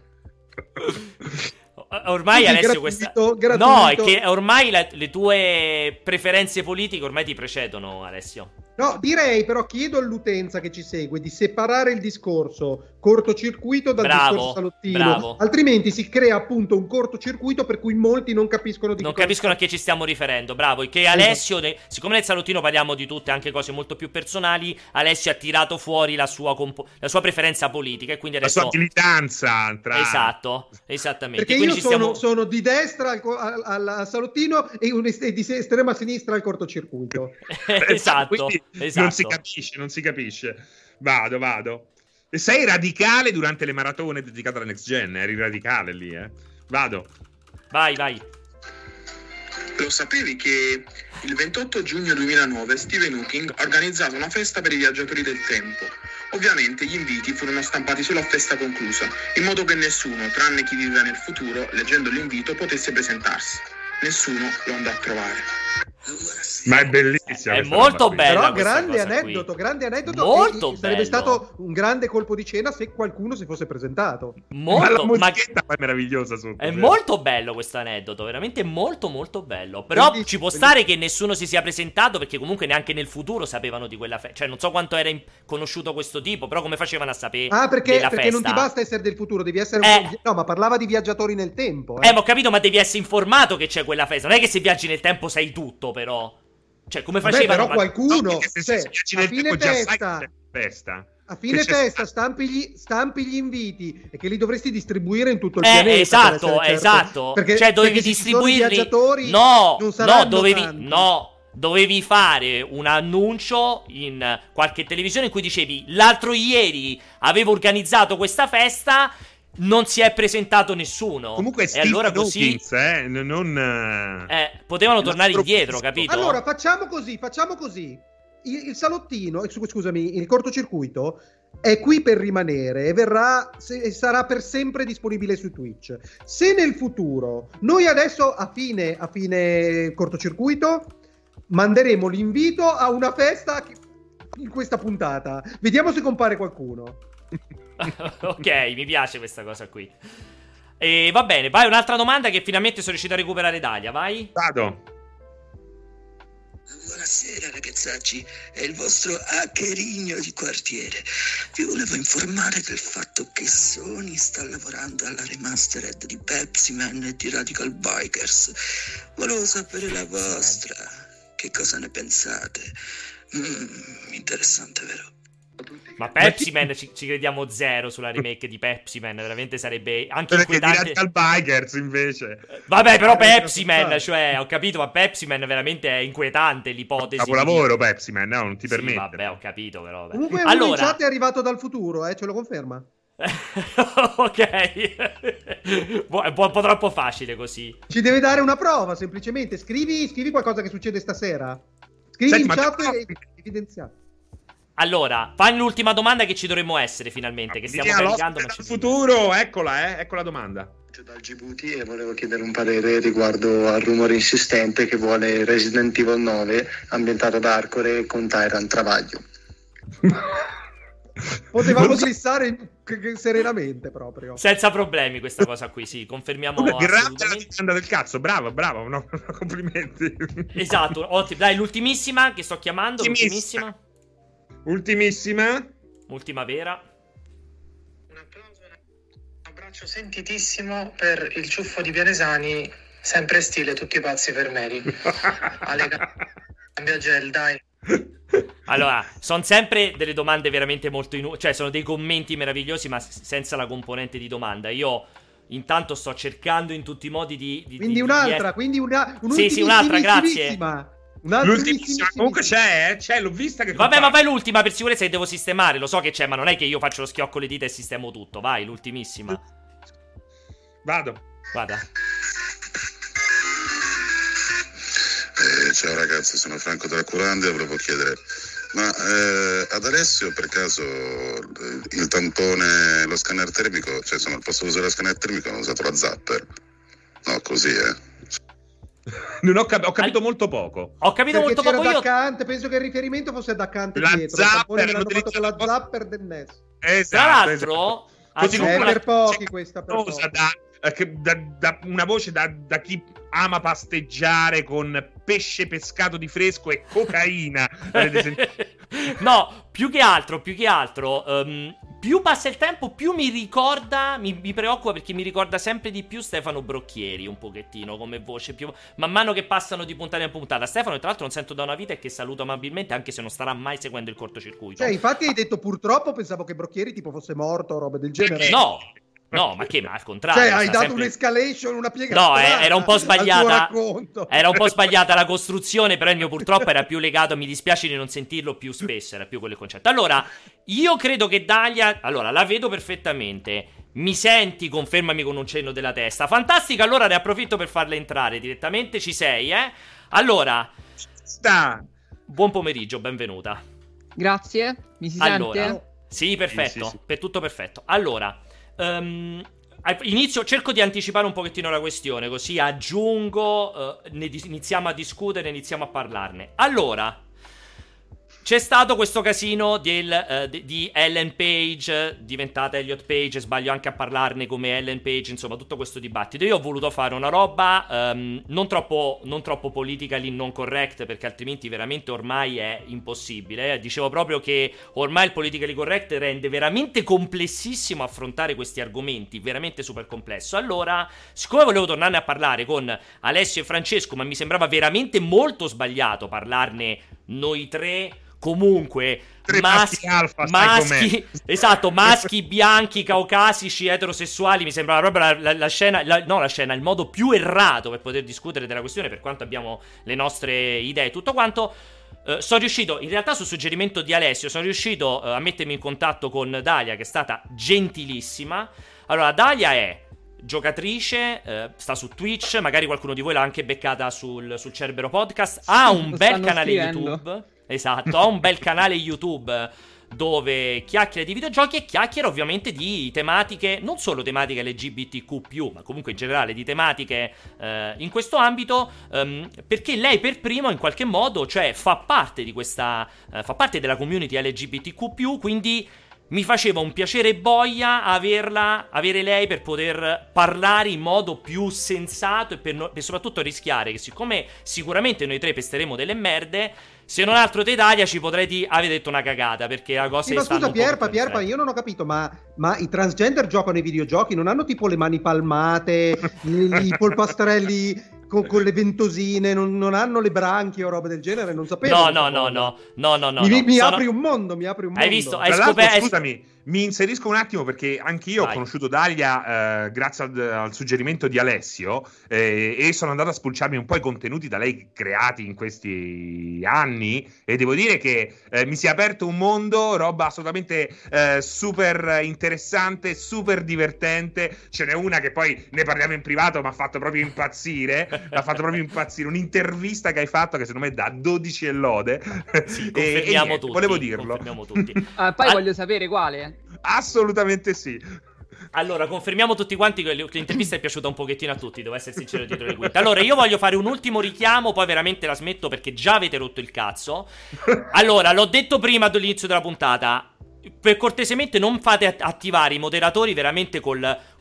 Ormai quindi Alessio gratuito. No, è che ormai le tue preferenze politiche ormai ti precedono, Alessio. No, direi però, chiedo all'utenza che ci segue di separare il discorso cortocircuito dal discorso salottino. Bravo. Altrimenti si crea appunto un cortocircuito per cui molti non capiscono non capiscono a che ci stiamo riferendo. Bravo, e che Alessio, siccome nel salottino parliamo di tutte anche cose molto più personali, Alessio ha tirato fuori la sua preferenza politica e quindi adesso la sua militanza tra... Esatto, esattamente. Perché io sono di destra al salottino e di estrema sinistra al cortocircuito. Esatto. Non si capisce. Vado. E sei radicale durante le maratone dedicate alla Next Gen, eri radicale lì, Vado. Vai. Lo sapevi che il 28 giugno 2009 Stephen Hawking organizzava una festa per i viaggiatori del tempo? Ovviamente gli inviti furono stampati solo a festa conclusa, in modo che nessuno, tranne chi viveva nel futuro, leggendo l'invito, potesse presentarsi. Nessuno lo andò a trovare. Ma è bellissima. È molto bella. Però grande aneddoto. Molto sarebbe stato un grande colpo di scena se qualcuno si fosse presentato. Ma la musichetta è meravigliosa sotto. È molto bello questo aneddoto, veramente molto molto bello. Però ci può stare che nessuno si sia presentato, perché comunque neanche nel futuro sapevano di quella festa. Cioè non so quanto era conosciuto questo tipo, però come facevano a sapere perché festa? Non ti basta essere del futuro, devi essere no, ma parlava di viaggiatori nel tempo. Ma ho capito, ma devi essere informato che c'è quella festa. Non è che se viaggi nel tempo sai tutto, però. Cioè, come facevano? Però qualcuno, a fine festa. A fine testa stampi gli inviti e che li dovresti distribuire in tutto il pianeta. Esatto. Perché dovevi distribuirli. Dovevi fare un annuncio in qualche televisione in cui dicevi: l'altro ieri avevo organizzato questa festa, non si è presentato nessuno. Comunque e allora così potevano tornare indietro, capito? Allora facciamo così. Il salottino, scusami, il cortocircuito è qui per rimanere e sarà per sempre disponibile su Twitch. Se nel futuro noi adesso a fine cortocircuito manderemo l'invito a una festa in questa puntata, vediamo se compare qualcuno. Ok, mi piace questa cosa qui. E va bene, vai un'altra domanda che finalmente sono riuscito a recuperare Dalia, vai. Vado. Buonasera ragazzacci, è il vostro hackerigno di quartiere. Vi volevo informare del fatto che Sony sta lavorando alla remastered di Pepsi Man e di Radical Bikers. Volevo sapere la vostra. Che cosa ne pensate? Interessante, vero? Ma Pepsi Man ci crediamo zero sulla remake di Pepsi Man. Veramente sarebbe anche inquietante. Perché di Radical Bikers invece. Vabbè, però Pepsi Man, cioè, ho capito, ma Pepsi Man veramente è inquietante l'ipotesi. Capolavoro Pepsi Man, no, non ti permette. Vabbè, ho capito, però. Comunque uno in chat è arrivato dal futuro, ce lo conferma? Ok. È un po' troppo facile così. Ci deve dare una prova, semplicemente. Scrivi qualcosa che succede stasera. Scrivi in chat e evidenziato. Allora, fai l'ultima domanda che ci dovremmo essere finalmente, che stiamo caricando. Ma futuro, eccola, ecco la domanda. Dal Djibouti e volevo chiedere un parere riguardo al rumore insistente che vuole Resident Evil 9 ambientato ad Arcore con Tyrant Travaglio. Potevamo glissare serenamente proprio. Senza problemi questa cosa qui, sì, confermiamo. Una grande domanda del cazzo, bravo, no, complimenti. Esatto, ottimo. Dai, l'ultimissima che sto chiamando, Ultimissima. Ultima vera. Un applauso, un abbraccio sentitissimo per il ciuffo di Pianesani, sempre stile tutti pazzi per Mary. Cambia gel, dai. Allora, sono sempre delle domande veramente molto cioè sono dei commenti meravigliosi, ma senza la componente di domanda. Io intanto sto cercando in tutti i modi di quindi un'altra, quindi sì, un'altra, grazie. L'ultimissima comunque c'è, l'ho vista che vabbè, ma vai l'ultima per sicurezza che devo sistemare, lo so che c'è, ma non è che io faccio lo schiocco le dita e sistemo tutto. Vai, l'ultimissima. Vada. Ciao ragazzi, sono Franco della Curlandia, volevo chiedere, ma ad Alessio per caso il tampone, lo scanner termico, cioè al posto di usare lo scanner termico hanno usato la Zapper? No, così Non ho capito molto poco. Ho capito perché molto poco io. Penso che il riferimento fosse ad Account la dietro. Zapper, l'hanno fatto con la Zapper del NES. Esatto, tra l'altro così per pochi questa cosa da una voce da chi ama pasteggiare con pesce pescato di fresco e cocaina. No, più che altro più passa il tempo, più mi ricorda, mi preoccupa, perché mi ricorda sempre di più Stefano Brocchieri, un pochettino come voce, più man mano che passano di puntata in puntata. Stefano, tra l'altro, non sento da una vita e che saluto amabilmente, anche se non starà mai seguendo il cortocircuito. Cioè, infatti hai detto purtroppo, pensavo che Brocchieri tipo fosse morto o roba del genere. No, ma al contrario. Cioè, hai dato un'escalation, una piegata. No, era un po' sbagliata. Era un po' sbagliata la costruzione, però il mio purtroppo era più legato, mi dispiace di non sentirlo più spesso, era più quel concetto. Allora, io credo che Dalia, allora, la vedo perfettamente. Mi senti? Confermami con un cenno della testa. Fantastica, allora ne approfitto per farla entrare direttamente. Ci sei, eh? Allora, buon pomeriggio, benvenuta. Grazie, mi si sente? Sì, perfetto, sì. Per tutto perfetto. Allora, cerco di anticipare un pochettino la questione, così aggiungo, iniziamo a discutere, iniziamo a parlarne. Allora, c'è stato questo casino di Ellen Page, diventata Elliot Page, sbaglio anche a parlarne come Ellen Page, insomma tutto questo dibattito. Io ho voluto fare una roba non troppo politically non correct, perché altrimenti veramente ormai è impossibile. Dicevo proprio che ormai il politically correct rende veramente complessissimo affrontare questi argomenti, veramente super complesso. Allora, siccome volevo tornarne a parlare con Alessio e Francesco, ma mi sembrava veramente molto sbagliato parlarne noi tre, comunque maschi bianchi, caucasici, eterosessuali, mi sembrava proprio la scena, il modo più errato per poter discutere della questione, per quanto abbiamo le nostre idee e tutto quanto. Sono riuscito, in realtà su suggerimento di Alessio, a mettermi in contatto con Dalia, che è stata gentilissima. Allora, Dalia è giocatrice, sta su Twitch, magari qualcuno di voi l'ha anche beccata sul Cerbero Podcast, ha un bel canale YouTube. Esatto, ha un bel canale YouTube dove chiacchiera di videogiochi e chiacchiera ovviamente di tematiche, non solo tematiche LGBTQ+, ma comunque in generale di tematiche in questo ambito, perché lei per primo in qualche modo, cioè fa parte di fa parte della community LGBTQ+, quindi mi faceva un piacere boia avere lei per poter parlare in modo più sensato e per soprattutto rischiare che, siccome sicuramente noi tre pesteremo delle merde, se non altro te Italia ci potrei aver detto una cagata, perché la cosa ma scusa Pierpa, io non ho capito, ma i transgender giocano ai videogiochi? Non hanno tipo le mani palmate, i polpastrelli con le ventosine, non hanno le branchie o roba del genere? Non sapevo. No. Mi apri un mondo. Hai visto? Scusami, mi inserisco un attimo, perché anch'io ho conosciuto Dalia grazie al suggerimento di Alessio, e sono andato a spulciarmi un po' i contenuti da lei creati in questi anni, e devo dire che mi si è aperto un mondo, roba assolutamente super interessante, super divertente. Ce n'è una che poi ne parliamo in privato, mi ha fatto proprio impazzire. Un'intervista che hai fatto che secondo me dà 12 e lode. Sì, confermiamo tutti. Volevo dirlo. Poi voglio sapere quale. Assolutamente sì. Allora, confermiamo tutti quanti che l'intervista è piaciuta un pochettino a tutti, devo essere sincero dietro le quinte. Allora, io voglio fare un ultimo richiamo, poi veramente la smetto perché già avete rotto il cazzo. Allora, l'ho detto prima all'inizio della puntata, per cortesemente non fate attivare i moderatori veramente con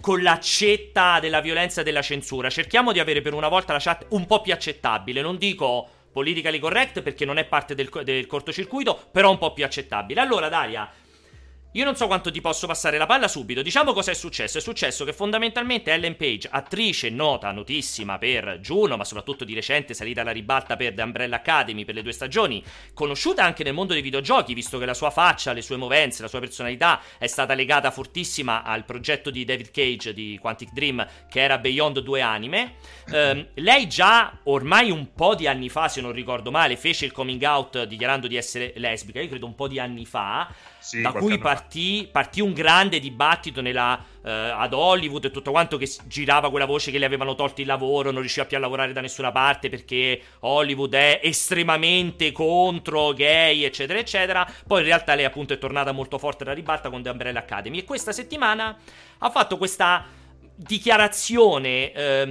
l'accetta della violenza e della censura. Cerchiamo di avere per una volta la chat un po' più accettabile. Non dico politically correct perché non è parte del cortocircuito, però un po' più accettabile. Allora, Dalia, Io non so quanto ti posso passare la palla subito. Diciamo cosa è successo. È successo che fondamentalmente Ellen Page, attrice notissima per Juno, ma soprattutto di recente salita alla ribalta per The Umbrella Academy per le 2 stagioni, conosciuta anche nel mondo dei videogiochi, visto che la sua faccia, le sue movenze, la sua personalità è stata legata fortissima al progetto di David Cage di Quantic Dream, che era Beyond 2 Anime. Lei già ormai un po' di anni fa, se non ricordo male, fece il coming out dichiarando di essere lesbica, io credo un po' di anni fa, sì, da cui partì un grande dibattito ad Hollywood e tutto quanto, che girava quella voce che le avevano tolto il lavoro, non riusciva più a lavorare da nessuna parte perché Hollywood è estremamente contro gay, eccetera eccetera. Poi in realtà lei appunto è tornata molto forte alla ribalta con The Umbrella Academy, e questa settimana ha fatto questa dichiarazione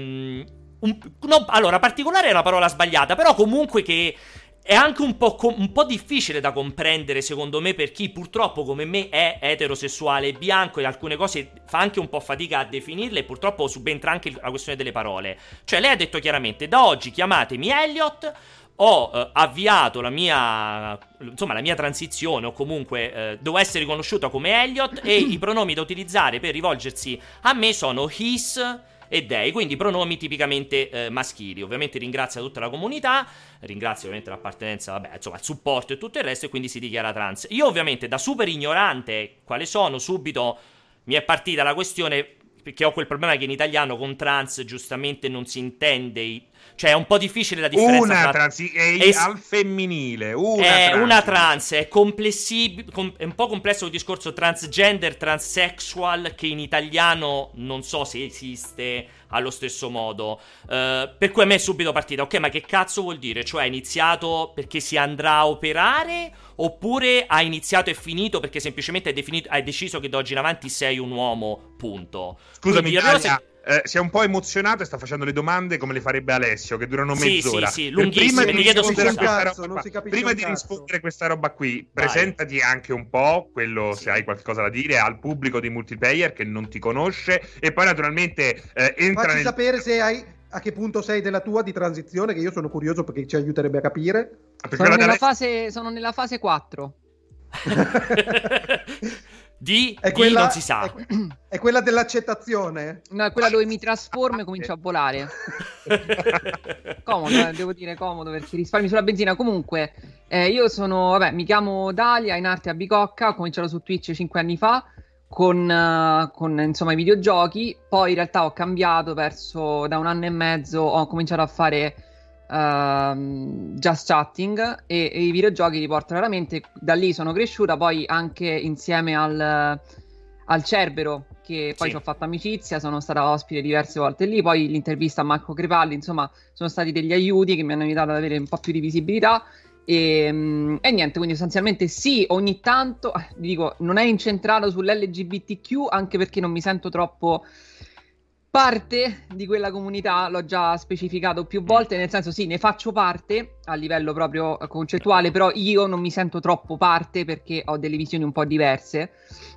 allora particolare è una parola sbagliata, però comunque che è anche un po' difficile da comprendere, secondo me, per chi purtroppo come me è eterosessuale e bianco, e alcune cose fa anche un po' fatica a definirle, e purtroppo subentra anche la questione delle parole. Cioè lei ha detto chiaramente: da oggi chiamatemi Elliot, ho avviato la mia transizione, o comunque devo essere riconosciuta come Elliot, e i pronomi da utilizzare per rivolgersi a me sono his e they, quindi pronomi tipicamente maschili. Ovviamente ringrazia tutta la comunità, ringrazia ovviamente l'appartenenza, il supporto e tutto il resto, e quindi si dichiara trans. Io ovviamente, da super ignorante quale sono, subito mi è partita la questione, perché ho quel problema che in italiano con trans giustamente non si intende, cioè è un po' difficile la differenza al femminile, una trans è complessibile, è un po' complesso il discorso transgender, transsexual, che in italiano non so se esiste allo stesso modo, per cui a me è subito partita: ok, ma che cazzo vuol dire? Cioè ha iniziato perché si andrà a operare, oppure ha iniziato e finito perché semplicemente hai deciso che da oggi in avanti sei un uomo, punto? Scusami, si è un po' emozionato e sta facendo le domande come le farebbe Alessio, che durano mezz'ora. Sì, lunghissime. Prima di rispondere questa roba qui, presentati anche un po', se hai qualcosa da dire, al pubblico di Multiplayer che non ti conosce, e poi naturalmente Facci sapere se a che punto sei della tua di transizione, che io sono curioso perché ci aiuterebbe a capire. Sono nella fase 4. non si sa. È quella dell'accettazione? No, è quella dove mi trasformo e comincio a volare. Comodo, devo dire comodo, perché risparmi sulla benzina. Comunque, io mi chiamo Dalia, in arte a Bicocca, ho cominciato su Twitch 5 anni fa con insomma i videogiochi. Poi in realtà ho cambiato da 1 anno e mezzo, ho cominciato a fare just chatting, e i videogiochi li porto raramente. Da lì sono cresciuta, poi anche insieme al Cerbero, che poi ci ho fatto amicizia, sono stata ospite diverse volte lì, poi l'intervista a Marco Crepalli, insomma sono stati degli aiuti che mi hanno aiutato ad avere un po' più di visibilità, e niente, quindi sostanzialmente sì, ogni tanto vi dico, non è incentrato sull'LGBTQ, anche perché non mi sento troppo parte di quella comunità, l'ho già specificato più volte, nel senso sì, ne faccio parte a livello proprio concettuale, però io non mi sento troppo parte perché ho delle visioni un po' diverse,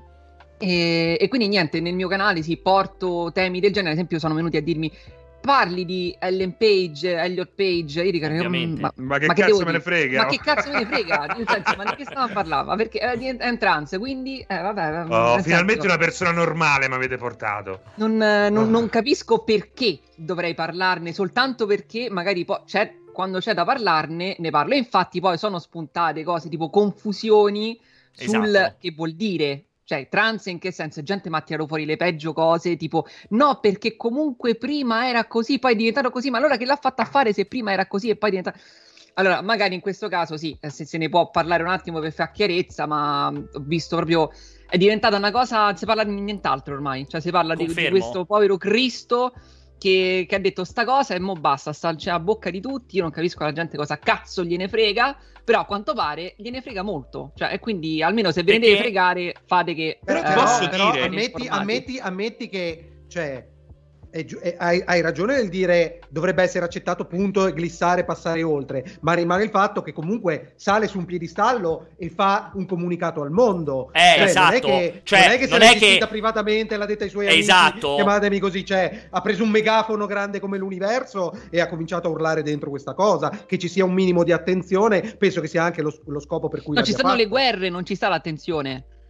e quindi niente, nel mio canale porto temi del genere. Ad esempio sono venuti a dirmi: parli di Ellen Page, Elliot Page, io dico, ma che cazzo me ne frega? Ma che cazzo me ne frega? Nel senso, ma di che stiamo a parlare? Ma perché è un trans, quindi vabbè. Finalmente una persona normale mi avete portato. Non capisco perché dovrei parlarne, soltanto perché magari quando c'è da parlarne ne parlo. E infatti poi sono spuntate cose tipo confusioni sul che vuol dire. Cioè, trans in che senso? Gente mi ha tirato fuori le peggio cose, tipo no, perché comunque prima era così, poi è diventato così, ma allora che l'ha fatta fare se prima era così e poi è diventato... Allora, magari in questo caso sì, se ne può parlare un attimo per fare chiarezza, ma ho visto proprio... È diventata una cosa, si parla di nient'altro ormai, cioè si parla di questo povero Cristo che ha detto sta cosa e mo basta, c'è a bocca di tutti, io non capisco la gente cosa cazzo gliene frega, però a quanto pare gliene frega molto, cioè, e quindi almeno se ve ne deve fregare fate che... Però ti posso dire... Ammetti che, cioè... hai ragione nel dire dovrebbe essere accettato, punto, e glissare, passare oltre, ma rimane il fatto che comunque sale su un piedistallo e fa un comunicato al mondo, esatto. Non è che se l'è sentita privatamente, l'ha detta ai suoi amici, chiamatemi così, cioè ha preso un megafono grande come l'universo e ha cominciato a urlare dentro questa cosa. Che ci sia un minimo di attenzione penso che sia anche lo scopo per cui ci stanno le guerre, non ci sta l'attenzione.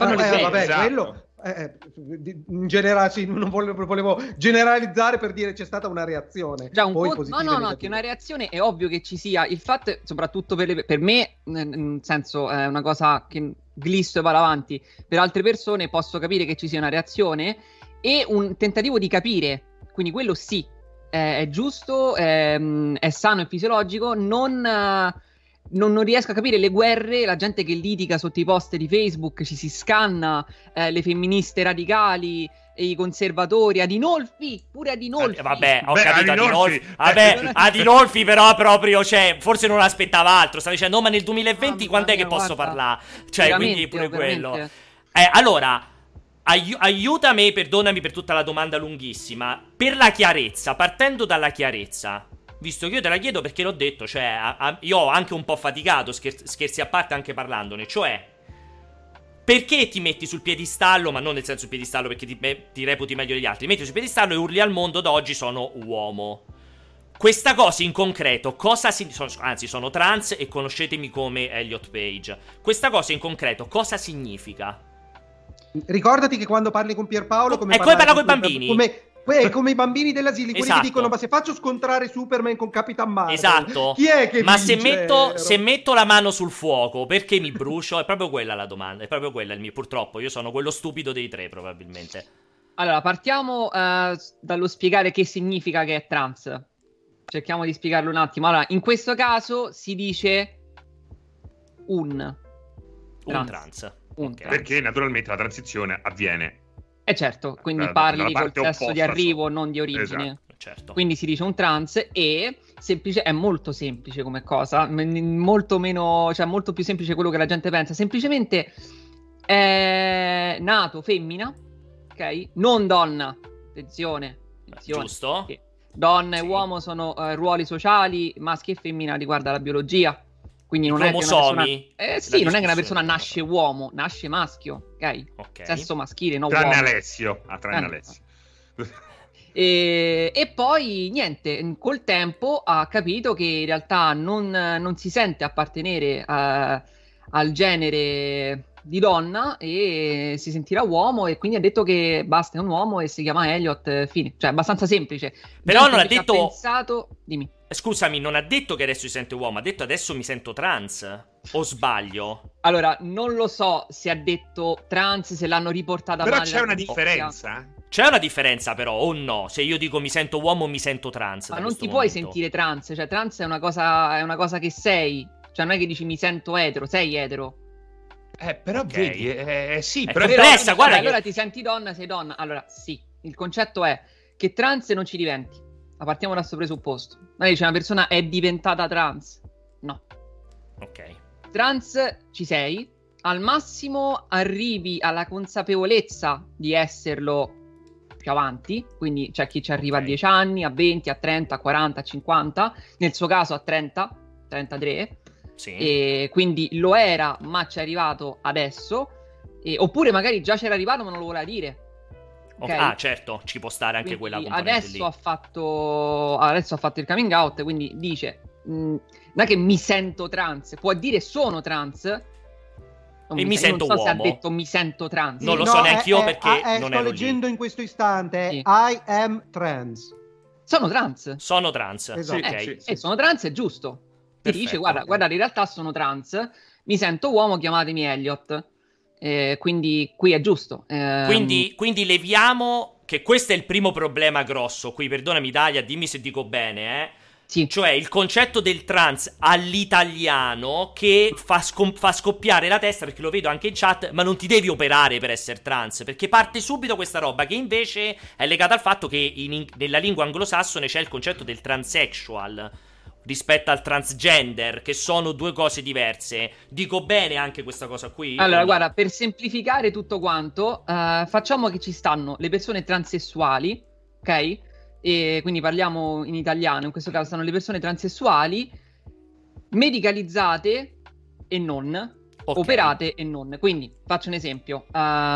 vabbè, esatto. quello in generale sì, non volevo generalizzare per dire c'è stata una reazione. Già poi positiva e no, negativa. che una reazione è ovvio che ci sia. Il fatto, soprattutto per me, nel senso, è una cosa che glisto e va avanti. Per altre persone posso capire che ci sia una reazione e un tentativo di capire. Quindi quello sì, è giusto, è sano e fisiologico. Non riesco a capire le guerre, la gente che litiga sotto i post di Facebook, ci si scanna, le femministe radicali, i conservatori, Adinolfi, pure Adinolfi. Vabbè, ho capito Adinolfi. Vabbè, Adinolfi però proprio, cioè, forse non aspettava altro. Stava dicendo, no, ma nel 2020 quando è che posso parlare? Cioè, quindi pure quello. Allora, aiutami, perdonami per tutta la domanda lunghissima. Per la chiarezza, partendo dalla chiarezza, visto che io te la chiedo perché l'ho detto, cioè, io ho anche un po' faticato, scherzi a parte anche parlandone, cioè, perché ti metti sul piedistallo, ma non nel senso piedistallo perché ti reputi meglio degli altri, ti metti sul piedistallo e urli al mondo d'oggi sono uomo. Questa cosa in concreto, sono trans e conoscetemi come Elliot Page. Questa cosa in concreto, cosa significa? Ricordati che quando parli con Pierpaolo, come parla con i bambini. Come i bambini dell'asilo, quelli esatto. che dicono ma se faccio scontrare Superman con Capitan Marvel, esatto. Chi è che ma vince? se metto la mano sul fuoco, perché mi brucio? È proprio quella la domanda, è proprio quella il mio, purtroppo io sono quello stupido dei tre probabilmente. Allora, partiamo dallo spiegare che significa che è trans. Cerchiamo di spiegarlo un attimo. Allora, in questo caso si dice un trans. Okay. Perché naturalmente la transizione avviene. Certo, quindi parli col sesso di arrivo, non di origine. Esatto. Certo. Quindi si dice un trans e è molto semplice come cosa, molto meno, cioè molto più semplice quello che la gente pensa. Semplicemente è nato femmina, ok? Non donna. Attenzione. Giusto. Donna e uomo sono ruoli sociali, maschi e femmina riguarda la biologia. Quindi non è che una persona, non è che una persona nasce uomo, nasce maschio, ok? Sesso maschile, non tranne uomo. Alessio. Tranne Alessio. E poi niente, col tempo ha capito che in realtà non si sente appartenere al genere di donna e si sentirà uomo, e quindi ha detto che basta, è un uomo e si chiama Elliot, fine. Cioè abbastanza semplice. Però non ha detto... Dimmi. Scusami, non ha detto che adesso si sente uomo, ha detto adesso mi sento trans. O sbaglio? Allora, non lo so se ha detto trans, se l'hanno riportata però male. Però c'è una differenza? C'è una differenza però, o no? Se io dico mi sento uomo, mi sento trans. Ma non ti puoi sentire trans, cioè trans è una cosa che sei. Cioè non è che dici mi sento etero, sei etero. Però vedi, sì, però complessa, guarda. Allora ti senti donna, sei donna. Allora sì, il concetto è che trans non ci diventi. Ma partiamo da questo presupposto. Ma dice una persona è diventata trans. No. Ok. Trans ci sei. Al massimo arrivi alla consapevolezza di esserlo più avanti. Quindi c'è chi ci arriva a 10 anni, a 20, a 30, a 40, a 50. Nel suo caso a 30, 33. Sì. E quindi lo era, ma ci è arrivato adesso. Oppure magari già c'era arrivato ma non lo voleva dire. Okay. Ah, certo, ci può stare anche quindi quella componente adesso lì. Adesso ha fatto il coming out, quindi dice non è che mi sento trans, può dire sono trans. E mi sento uomo. Non so se ha detto mi sento trans. Non lo so neanche io perché non sto ero leggendo lì. In questo istante sì. I am trans. Sono trans. Sono trans. Esatto. Okay. Sì. Sono trans, è giusto. Ti dice guarda, in realtà sono trans, mi sento uomo, chiamatemi Elliot. Quindi qui è giusto. Quindi leviamo che questo è il primo problema grosso. Qui, perdonami Dalia, dimmi se dico bene, Sì. Cioè il concetto del trans all'italiano che fa scoppiare la testa, perché lo vedo anche in chat, ma non ti devi operare per essere trans, perché parte subito questa roba che invece è legata al fatto che nella lingua anglosassone c'è il concetto del transsexual rispetto al transgender, che sono due cose diverse. Dico bene anche questa cosa qui? Allora, guarda, per semplificare tutto quanto, facciamo che ci stanno le persone transessuali, ok? E quindi parliamo in italiano, in questo caso stanno le persone transessuali medicalizzate e non, operate e non. Quindi, faccio un esempio.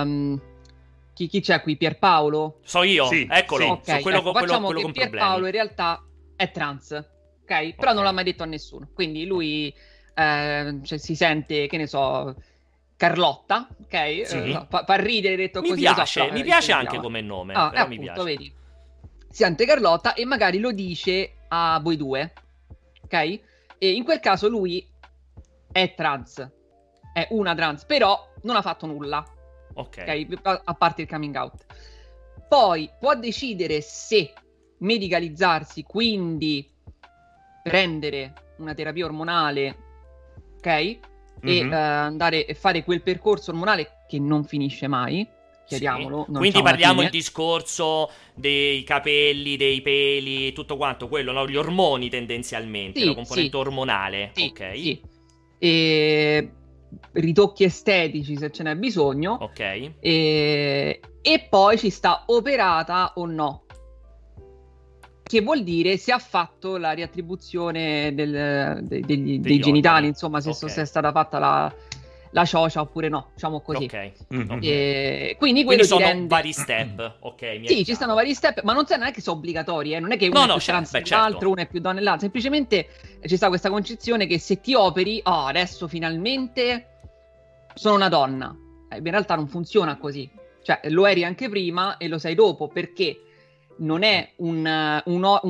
Chi c'è qui? Pierpaolo? So io, sì, eccolo. Sì. Okay, quello, ecco, facciamo quello che con Pierpaolo problemi. in realtà è trans. Ok, però non l'ha mai detto a nessuno. Quindi lui si sente, che ne so, Carlotta, ok? Sì. Fa ridere detto Mi così. piace, mi piace anche come nome, però appunto, mi piace. Vedi. Si sente Carlotta e magari lo dice a voi due, ok? E in quel caso lui è trans, è una trans, però non ha fatto nulla, ok? A parte il coming out. Poi può decidere se medicalizzarsi, quindi prendere una terapia ormonale, ok? E andare e fare quel percorso ormonale che non finisce mai, chiariamolo. Sì. Quindi parliamo il discorso dei capelli, dei peli, tutto quanto quello, no? Gli ormoni tendenzialmente, la componente ormonale, ok? Sì. E ritocchi estetici se ce n'è bisogno, ok? E poi ci sta operata o no, che vuol dire se ha fatto la riattribuzione dei genitali, insomma, se è stata fatta la ciocia oppure no, diciamo così. Ok. Quindi sono vari step, ok? Sì, ci stanno vari step, ma non è che sono obbligatori, non è che uno è più trans dell'altro, uno è più donna dell'altro, semplicemente ci sta questa concezione che se ti operi, adesso finalmente sono una donna. In realtà non funziona così, cioè lo eri anche prima e lo sei dopo, perché non è un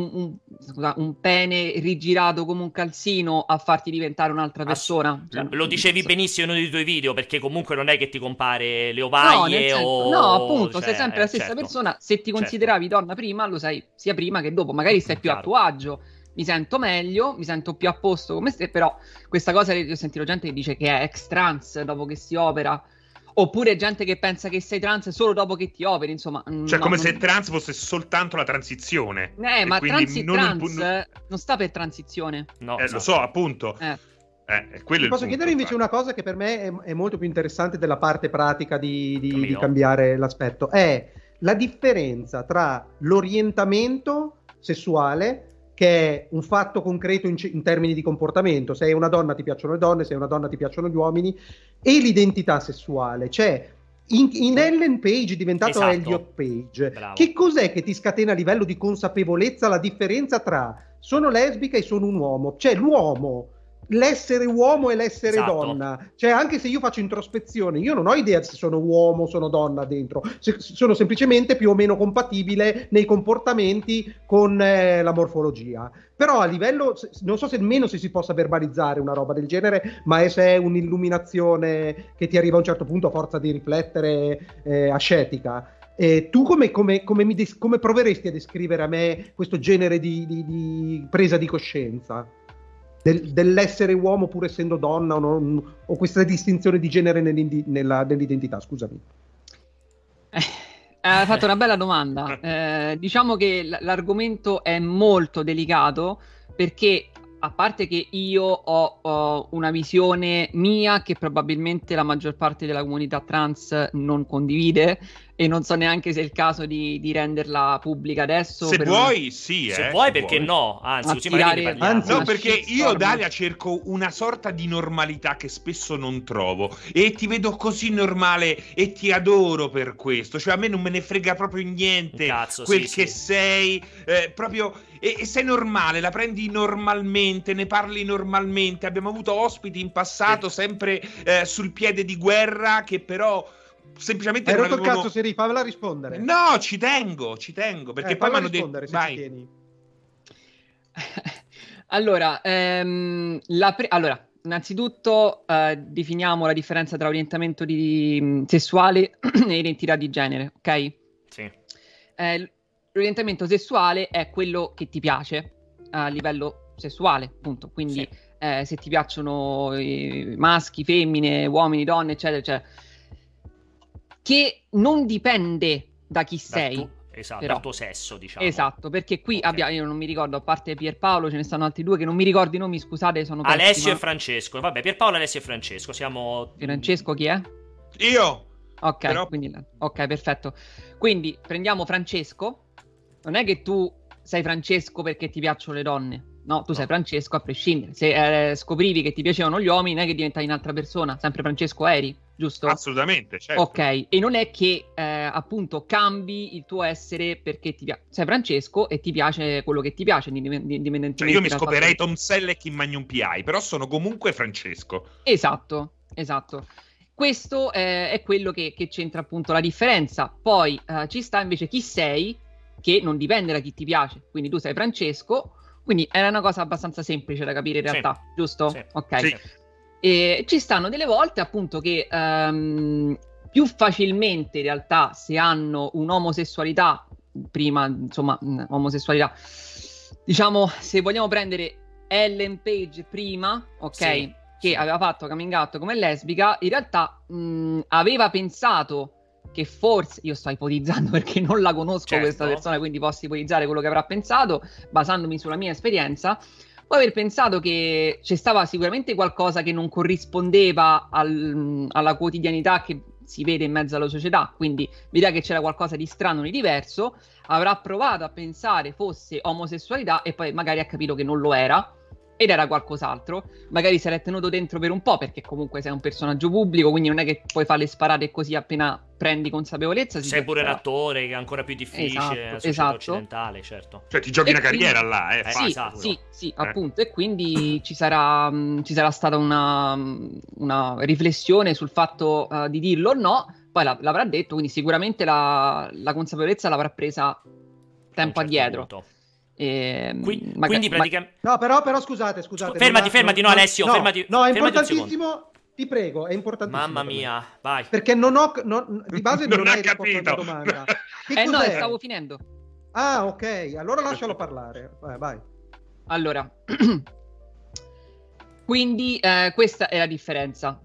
pene rigirato come un calzino a farti diventare un'altra persona. Lo dicevi benissimo in uno dei tuoi video, perché comunque non è che ti compare le ovaie no, appunto, sei sempre la stessa persona. Se ti consideravi donna prima, lo sei sia prima che dopo. Magari stai più a tuo agio, mi sento meglio, mi sento più a posto come te, però questa cosa io ho sentito gente che dice che è ex trans dopo che si opera. Oppure gente che pensa che sei trans solo dopo che ti operi, insomma. Cioè, come se trans fosse soltanto la transizione. Ma trans non sta per transizione. No, lo so, appunto. Ti posso chiedere invece una cosa che per me è molto più interessante della parte pratica di cambiare l'aspetto. È la differenza tra l'orientamento sessuale, che è un fatto concreto in termini di comportamento. Sei una donna ti piacciono le donne, sei una donna ti piacciono gli uomini, e l'identità sessuale. Cioè, in Ellen Page diventato Elliot Page. Bravo. Che cos'è che ti scatena a livello di consapevolezza la differenza tra sono lesbica e sono un uomo? Cioè, l'uomo, l'essere uomo e l'essere donna. Cioè, anche se io faccio introspezione, io non ho idea se sono uomo o sono donna dentro. Sono semplicemente più o meno compatibile nei comportamenti con la morfologia. Però a livello, non so se nemmeno se si possa verbalizzare una roba del genere, ma se è un'illuminazione che ti arriva a un certo punto a forza di riflettere ascetica. Tu come proveresti a descrivere a me questo genere di presa di coscienza? Dell'essere uomo pur essendo donna o questa distinzione di genere nell'identità, scusami. Hai fatto una bella domanda. Diciamo che l'argomento è molto delicato, perché a parte che io ho una visione mia che probabilmente la maggior parte della comunità trans non condivide, e non so neanche se è il caso di renderla pubblica adesso. Se vuoi, sì. Se vuoi, perché no? Anzi, così magari ne parliamo. No, perché io, Dalia, cerco una sorta di normalità che spesso non trovo, e ti vedo così normale e ti adoro per questo. Cioè, a me non me ne frega proprio niente quel che sei, proprio, e sei normale, la prendi normalmente, ne parli normalmente. Abbiamo avuto ospiti in passato sempre sul piede di guerra, che però semplicemente hai rotto il cazzo, Siri, famela rispondere. No, ci tengo perché poi mi hanno detto vai. Allora, innanzitutto definiamo la differenza tra orientamento sessuale e identità di genere, ok? Sì. L'orientamento sessuale è quello che ti piace a livello sessuale, appunto. Quindi se ti piacciono maschi, femmine, uomini, donne, eccetera, eccetera, che non dipende da chi sei. Esatto, dal tuo sesso, diciamo. Esatto, perché qui abbiamo, io non mi ricordo, a parte Pierpaolo ce ne stanno altri due che non mi ricordo i nomi, scusate, sono pessima. Alessio e Francesco. Vabbè, Pierpaolo, Alessio e Francesco, siamo... Francesco chi è? Io! Ok, però... ok, perfetto. Quindi prendiamo Francesco. Non è che tu sei Francesco perché ti piacciono le donne. No, tu sei Francesco a prescindere. Se scoprivi che ti piacevano gli uomini, non è che diventai un'altra persona. Sempre Francesco eri, giusto? Assolutamente, certo. Ok, e non è che appunto cambi il tuo essere perché ti piace. Sei Francesco e ti piace quello che ti piace, indipendentemente. Cioè io mi scoperei Tom Selleck in Magnum P.I., però sono comunque Francesco. Esatto. Questo è quello che c'entra appunto la differenza. Poi ci sta invece chi sei, che non dipende da chi ti piace. Quindi tu sei Francesco, quindi era una cosa abbastanza semplice da capire in realtà, giusto? Sì. Ok. Sì. E ci stanno delle volte appunto che più facilmente in realtà, se hanno un'omosessualità, prima insomma omosessualità, diciamo, se vogliamo prendere Ellen Page prima, ok? Sì. Che aveva fatto coming out come lesbica, in realtà aveva pensato che forse, io sto ipotizzando perché non la conosco questa persona, quindi posso ipotizzare quello che avrà pensato basandomi sulla mia esperienza, può aver pensato che c'è stava sicuramente qualcosa che non corrispondeva alla quotidianità che si vede in mezzo alla società, quindi vedeva che c'era qualcosa di strano, di diverso, avrà provato a pensare fosse omosessualità e poi magari ha capito che non lo era ed era qualcos'altro, magari se l'è tenuto dentro per un po', perché comunque sei un personaggio pubblico, quindi non è che puoi fare le sparate così appena prendi consapevolezza. Sei pure un attore, che è ancora più difficile nella società occidentale, certo. Cioè ti giochi una carriera là, sì, appunto, e quindi ci sarà stata una riflessione sul fatto di dirlo o no, poi l'avrà detto, quindi sicuramente la consapevolezza l'avrà presa tempo addietro. Quindi praticamente no, però scusate fermati, no Alessio, fermati. No, è importantissimo, ti prego, è importantissimo. Mamma mia, vai. Perché di base non hai risposto alla domanda. No, stavo finendo. Ah, ok, allora lascialo parlare. Vai. Allora, quindi questa è la differenza.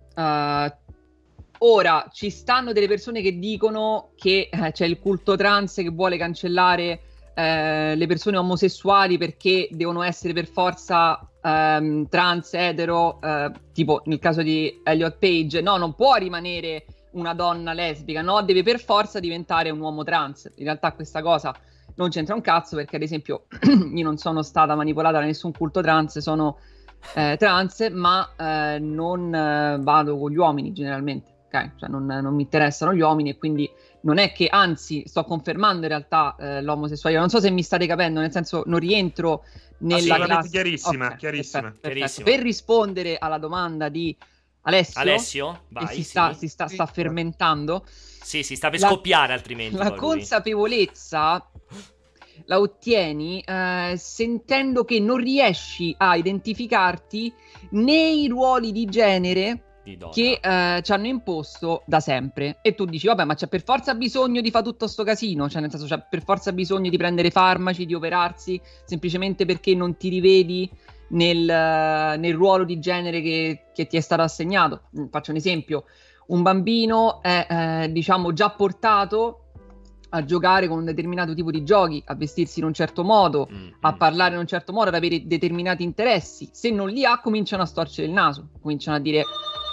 Ora, ci stanno delle persone che dicono che c'è il culto trans che vuole cancellare le persone omosessuali perché devono essere per forza trans, etero, tipo nel caso di Elliot Page, no, non può rimanere una donna lesbica, no, deve per forza diventare un uomo trans. In realtà questa cosa non c'entra un cazzo, perché ad esempio io non sono stata manipolata da nessun culto trans, sono trans, ma non vado con gli uomini generalmente, ok? Cioè non mi interessano gli uomini, e quindi non è che, anzi, sto confermando in realtà l'omosessualità. Non so se mi state capendo, nel senso, non rientro nella classe. Chiarissima, okay, chiarissima. Perfetto. Per rispondere alla domanda di Alessio, vai, che si sta fermentando. Sì, sta per scoppiare, altrimenti. La consapevolezza la ottieni sentendo che non riesci a identificarti nei ruoli di genere che ci hanno imposto da sempre, e tu dici vabbè, ma c'è per forza bisogno di fare tutto sto casino, cioè nel senso c'è per forza bisogno di prendere farmaci, di operarsi semplicemente perché non ti rivedi nel ruolo di genere che ti è stato assegnato. Faccio un esempio: un bambino è diciamo già portato a giocare con un determinato tipo di giochi, a vestirsi in un certo modo, a parlare in un certo modo, ad avere determinati interessi. Se non li ha, cominciano a storcere il naso, cominciano a dire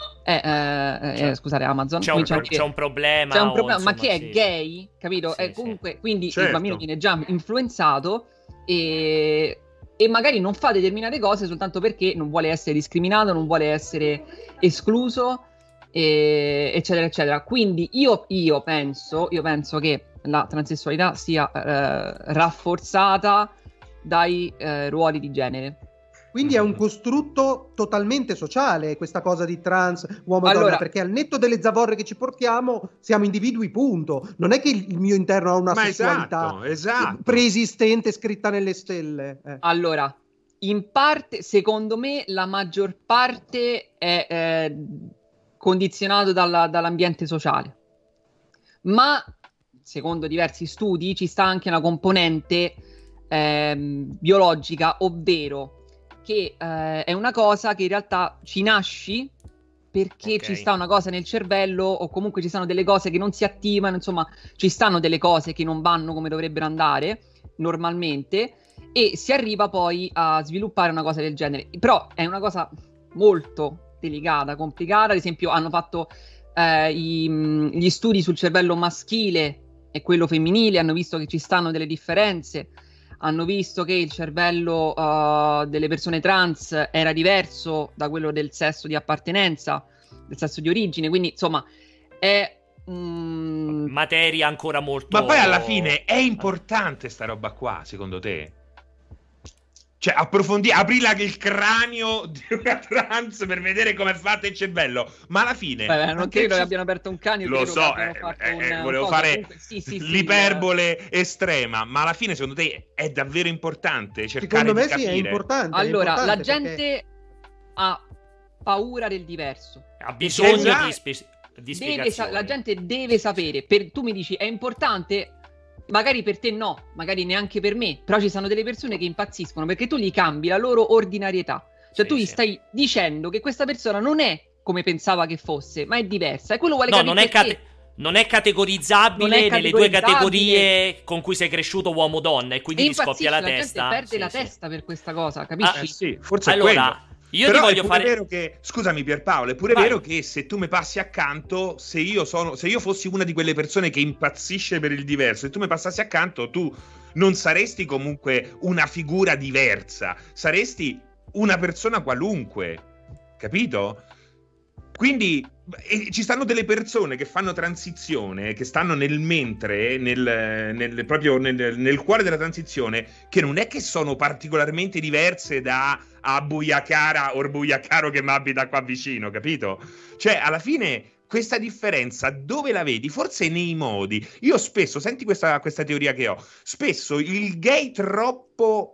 scusate, Amazon, c'è un problema, insomma, ma che è gay, capito? Comunque, quindi il bambino viene già influenzato e magari non fa determinate cose soltanto perché non vuole essere discriminato, non vuole essere escluso, eccetera eccetera. Quindi io penso che la transessualità sia rafforzata dai ruoli di genere. Quindi è un costrutto totalmente sociale questa cosa di trans, uomo e donna, perché al netto delle zavorre che ci portiamo siamo individui, punto. Non è che il mio interno ha una sessualità preesistente scritta nelle stelle. Allora, in parte, secondo me, la maggior parte è condizionato dall'ambiente sociale. Ma, secondo diversi studi, ci sta anche una componente biologica, ovvero che è una cosa che in realtà ci nasci perché ci sta una cosa nel cervello, o comunque ci stanno delle cose che non si attivano, insomma ci stanno delle cose che non vanno come dovrebbero andare normalmente, e si arriva poi a sviluppare una cosa del genere. Però è una cosa molto delicata, complicata. Ad esempio hanno fatto gli studi sul cervello maschile e quello femminile, hanno visto che ci stanno delle differenze. Hanno visto che il cervello delle persone trans era diverso da quello del sesso di appartenenza, del sesso di origine, quindi insomma è materia ancora molto... Ma poi alla fine è importante sta roba qua, secondo te? Cioè, approfondi, apri il cranio di una trans per vedere come è fatto il cervello. Ma alla fine... non credo che abbiano aperto un cranio. Lo so, volevo fare l'iperbole estrema. Ma alla fine, secondo te, è davvero importante cercare secondo me di capire? Sì, è importante. Allora, è importante la gente ha paura del diverso. Ha bisogno di spiegazioni. La gente deve sapere. Tu mi dici, è importante... Magari per te no, magari neanche per me, però ci sono delle persone che impazziscono perché tu gli cambi la loro ordinarietà. Cioè tu gli stai dicendo che questa persona non è come pensava che fosse, ma è diversa. E quello vuole capire non è categorizzabile nelle due categorie con cui sei cresciuto uomo-donna e quindi ti scoppia la testa. La gente perde la testa per questa cosa, capisci? Sì, forse allora, è quello. Io però ti voglio è pure vero che, scusami Pierpaolo, è pure vero che se tu mi passi accanto, se io fossi una di quelle persone che impazzisce per il diverso e tu mi passassi accanto, tu non saresti comunque una figura diversa, saresti una persona qualunque, capito? Quindi ci stanno delle persone che fanno transizione, che stanno nel mentre, proprio nel cuore della transizione, che non è che sono particolarmente diverse da Buiacara o Buiacaro che mi abita qua vicino, capito? Cioè, alla fine, questa differenza dove la vedi? Forse nei modi. Io spesso, senti questa teoria che ho, spesso il gay troppo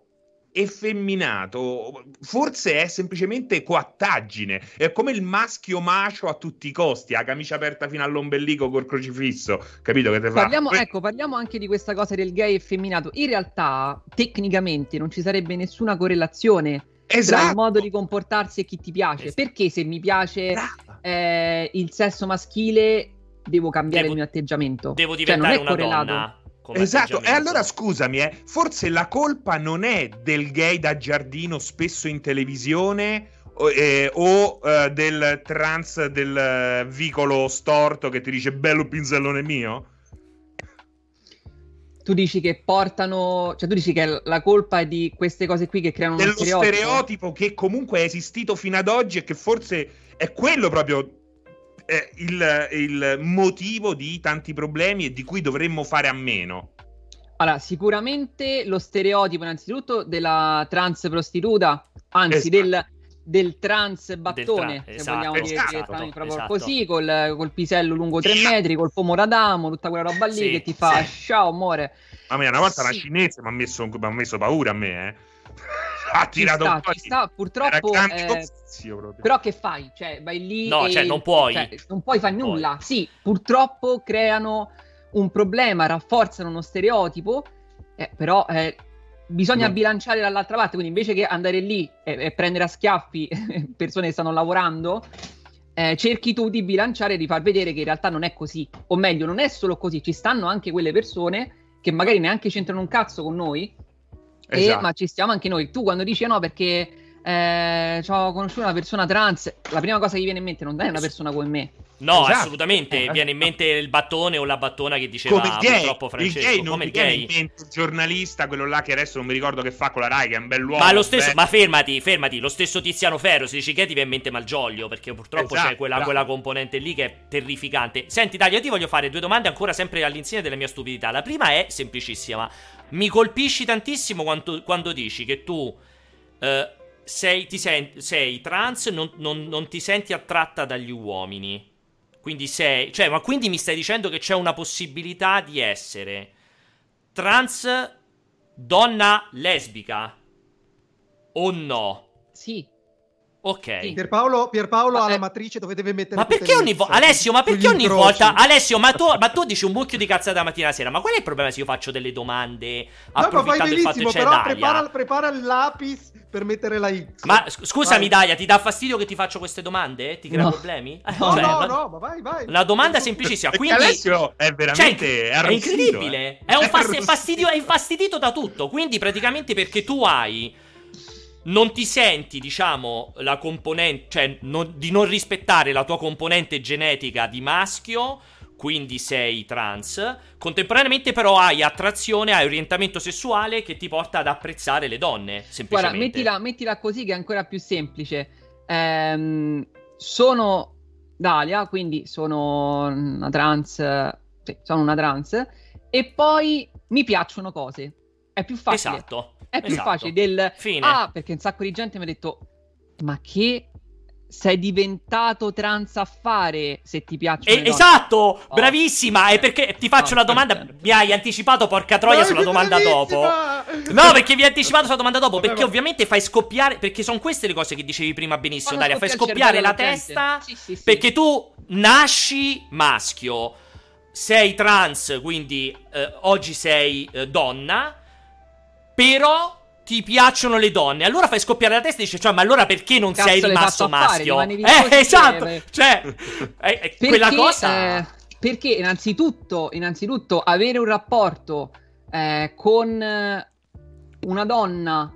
effeminato forse è semplicemente coattaggine, è come il maschio macio a tutti i costi, ha camicia aperta fino all'ombelico col crocifisso, capito che te fa? Parliamo anche di questa cosa del gay effeminato. In realtà tecnicamente non ci sarebbe nessuna correlazione tra il modo di comportarsi e chi ti piace, perché se mi piace il sesso maschile devo cambiare il mio atteggiamento, devo diventare una donna. Esatto, e allora scusami, forse la colpa non è del gay da giardino spesso in televisione o del trans del vicolo storto che ti dice bello pinzellone mio? Tu dici che tu dici che la colpa è di queste cose qui che creano uno stereotipo che comunque è esistito fino ad oggi e che forse è quello proprio il motivo di tanti problemi e di cui dovremmo fare a meno. Allora, sicuramente lo stereotipo innanzitutto della trans prostituta, anzi del trans battone, se vogliamo dire proprio così, col pisello lungo 3 metri, col pomo d'Adamo, tutta quella roba lì che ti fa ciao amore. Ma una volta una cinese mi ha messo paura a me, ha tirato ci sta, purtroppo però che fai? Cioè vai lì non puoi fare nulla. Sì, purtroppo creano un problema, rafforzano uno stereotipo, però bisogna bilanciare dall'altra parte, quindi invece che andare lì e prendere a schiaffi persone che stanno lavorando, cerchi tu di bilanciare e di far vedere che in realtà non è così, o meglio non è solo così, ci stanno anche quelle persone che magari neanche c'entrano un cazzo con noi, ma ci stiamo anche noi. Tu quando dici no perché ho conosciuto una persona trans, la prima cosa che viene in mente non è una persona come me. No, assolutamente, viene in mente il battone o la battona che diceva purtroppo Francesco. Il gay non mi viene in mente il giornalista, quello là che adesso non mi ricordo che fa con la Rai, che è un bell'uomo. Ma lo stesso, ma fermati, lo stesso Tiziano Ferro, si dice che ti viene in mente Malgioglio, perché purtroppo c'è quella componente lì che è terrificante. Senti Dalia, io ti voglio fare 2 domande ancora sempre all'insieme della mia stupidità. La prima è semplicissima. Mi colpisci tantissimo quando dici che tu sei trans, non ti senti attratta dagli uomini. Quindi ma quindi mi stai dicendo che c'è una possibilità di essere trans donna lesbica o no? Sì. Ok. Sì. Pierpaolo ha la matrice dove deve mettere. Ma perché ogni volta? Alessio, ma perché ogni volta? Alessio, ma tu dici un mucchio di cazzate da mattina a sera. Ma qual è il problema se io faccio delle domande? Approfittando del fatto che c'è Dalia. Prepara il lapis per mettere la X. Ma scusami, Dalia, ti dà fastidio che ti faccio queste domande? Ti crea problemi? No, ma vai. Una domanda semplicissima. Quindi Alessio è veramente è incredibile. È infastidito da tutto. Quindi praticamente perché tu non ti senti, diciamo, la componente, cioè di non rispettare la tua componente genetica di maschio, quindi sei trans. Contemporaneamente però hai attrazione, hai orientamento sessuale che ti porta ad apprezzare le donne, semplicemente. Guarda, mettila così che è ancora più semplice. Sono Dalia, quindi sono una trans, e poi mi piacciono cose. è più facile. Esatto. È più facile del... Fine. Perché un sacco di gente mi ha detto, ma che sei diventato trans a fare se ti piacciono le donne? Esatto, bravissima. E perché ti faccio la domanda, mi hai anticipato, porca troia, sulla domanda dopo. No, perché vi hai anticipato sulla domanda dopo, perché ovviamente fai scoppiare, perché sono queste le cose che dicevi prima benissimo, Daria, fai scoppiare la testa, sì. Perché tu nasci maschio, sei trans, quindi oggi sei donna, però ti piacciono le donne, allora fai scoppiare la testa e dici, cioè, ma allora perché non sei rimasto maschio? Esatto, cioè, perché, quella cosa... perché innanzitutto avere un rapporto con una donna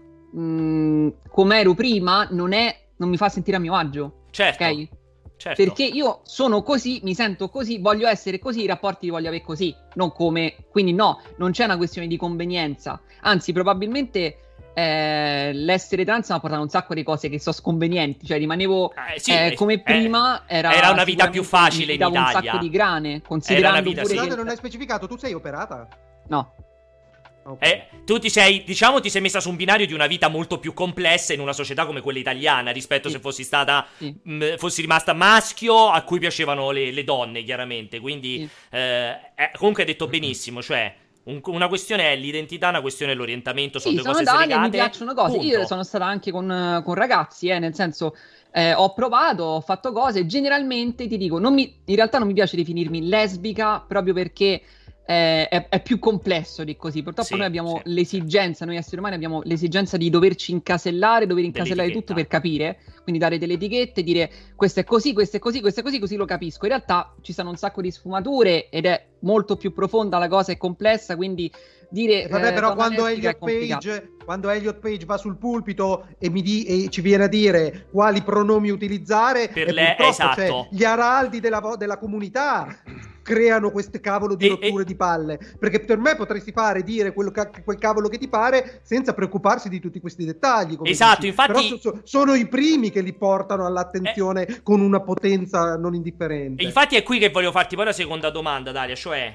come ero prima non mi fa sentire a mio agio. Certo. Ok? Certo. Perché io sono così, mi sento così, voglio essere così, i rapporti li voglio avere così, non come... Quindi no, non c'è una questione di convenienza. Anzi, probabilmente l'essere trans mi ha portato un sacco di cose che sono sconvenienti. Cioè rimanevo come prima, era una vita più facile in Italia. Un sacco di grane, considerando pure Scusate, non hai specificato, tu sei operata? No. Okay. Tu ti sei messa su un binario di una vita molto più complessa in una società come quella italiana rispetto se fossi stata fossi rimasta maschio a cui piacevano le donne, chiaramente. Quindi comunque hai detto benissimo, cioè una questione è l'identità, una questione è l'orientamento, sono due cose slegate. Mi piacciono cose. Punto. Io sono stata anche con ragazzi, nel senso ho provato, ho fatto cose. Generalmente ti dico, in realtà non mi piace definirmi lesbica proprio perché è più complesso di così. Purtroppo noi abbiamo l'esigenza, noi esseri umani abbiamo l'esigenza di doverci incasellare tutto per capire, quindi dare delle etichette, dire questo è così, questo è così, questo è così, così lo capisco. In realtà ci sono un sacco di sfumature ed è molto più profonda, la cosa è complessa, quindi dire vabbè, però quando Elliot Page va sul pulpito e ci viene a dire quali pronomi utilizzare, per lei, esatto. Cioè, gli araldi della comunità creano queste cavolo di rotture di palle, perché per me potresti dire quel cavolo che ti pare senza preoccuparsi di tutti questi dettagli, come esatto, dici. infatti però sono i primi che li portano all'attenzione con una potenza non indifferente. E infatti è qui che voglio farti poi la seconda domanda, Daria, cioè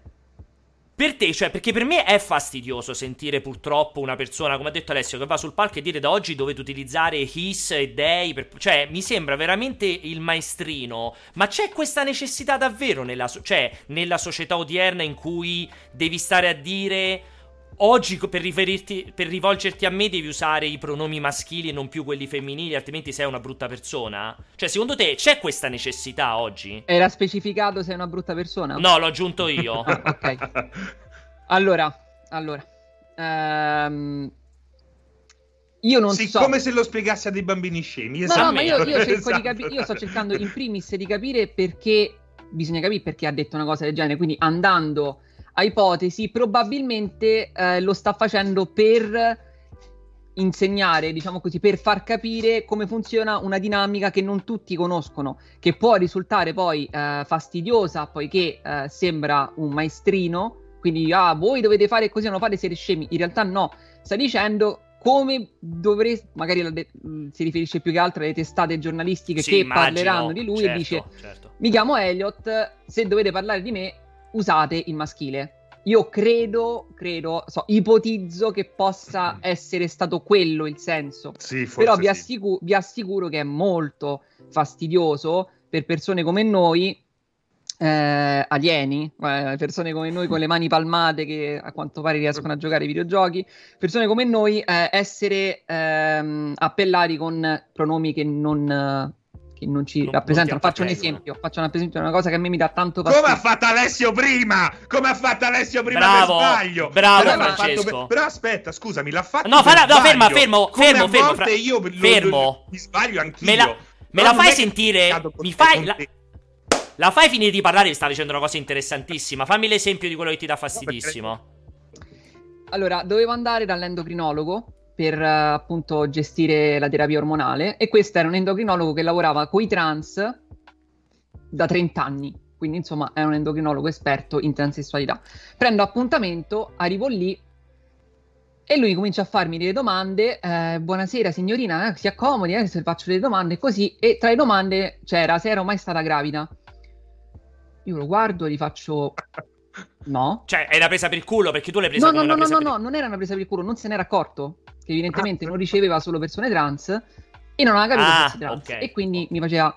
per te, cioè, perché per me è fastidioso sentire purtroppo una persona, come ha detto Alessio, che va sul palco e dire da oggi dovete utilizzare his e they, cioè mi sembra veramente il maestrino, ma c'è questa necessità davvero nella società odierna in cui devi stare a dire oggi per rivolgerti a me devi usare i pronomi maschili e non più quelli femminili, altrimenti sei una brutta persona? Cioè, secondo te c'è questa necessità oggi? Era specificato sei una brutta persona? No, l'ho aggiunto io. Ok. Allora. Io non so. Come se lo spiegassi a dei bambini scemi. No, ma io cerco di capire. Io sto cercando in primis di capire perché. Bisogna capire perché ha detto una cosa del genere. Quindi andando a ipotesi, probabilmente lo sta facendo per insegnare, diciamo così, per far capire come funziona una dinamica che non tutti conoscono, che può risultare poi fastidiosa, poiché sembra un maestrino, quindi voi dovete fare così, non fate, siete scemi. In realtà no, sta dicendo come dovreste, magari si riferisce più che altro alle testate giornalistiche che parleranno di lui, e dice mi chiamo Elliot, se dovete parlare di me usate il maschile. Io ipotizzo che possa essere stato quello il senso. Sì, forse però vi assicuro che è molto fastidioso per persone come noi, alieni, persone come noi con le mani palmate che a quanto pare riescono a giocare ai videogiochi, persone come noi essere appellati con pronomi che non ci rappresentano. Faccio un esempio, una cosa che a me mi dà tanto fastidio. Come ha fatto Alessio prima? Bravo, per sbaglio? Bravo Francesco. Però aspetta, scusami, l'ha fatto fermo. Fermo. Mi sbaglio anch'io. Me la fai sentire? La fai finire di parlare? Mi sta dicendo una cosa interessantissima. Fammi l'esempio di quello che ti dà fastidissimo. Allora, dovevo andare dall'endocrinologo per appunto gestire la terapia ormonale, e questo era un endocrinologo che lavorava con i trans da 30 anni, quindi insomma è un endocrinologo esperto in transessualità. Prendo appuntamento, arrivo lì e lui comincia a farmi delle domande. Buonasera signorina, si accomodi, se faccio delle domande così, e tra le domande c'era se ero mai stata gravida. Io lo guardo e gli faccio No. Cioè, è una presa per il culo perché tu l'hai presa come una presa per il culo. No, non era una presa per il culo, non se n'era accorto. Che evidentemente non riceveva solo persone trans e non aveva capito che fosse trans. Okay. E quindi mi faceva: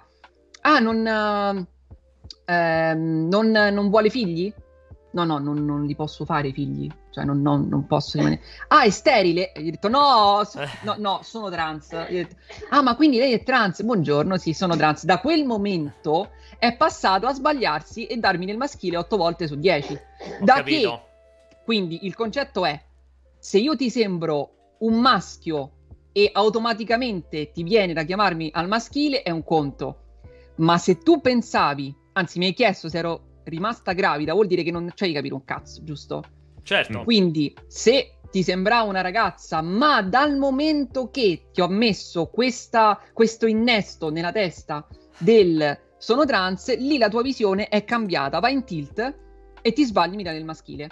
non vuole figli? No, non li posso fare i figli. Cioè, non posso rimanere. Ah, è sterile? E gli ho detto: no, sono trans. Gli ho detto: ah, ma quindi lei è trans? Buongiorno, sì, sono trans. Da quel momento è passato a sbagliarsi e darmi nel maschile 8 volte su 10. Capito. Quindi il concetto è: se io ti sembro un maschio e automaticamente ti viene da chiamarmi al maschile, è un conto. Ma se tu pensavi, anzi mi hai chiesto se ero rimasta gravida, vuol dire che non c'hai capito un cazzo, giusto? Certo. Quindi se ti sembrava una ragazza, ma dal momento che ti ho messo questo innesto nella testa del sono trans, lì la tua visione è cambiata, va in tilt e ti sbagli, mi dai nel maschile.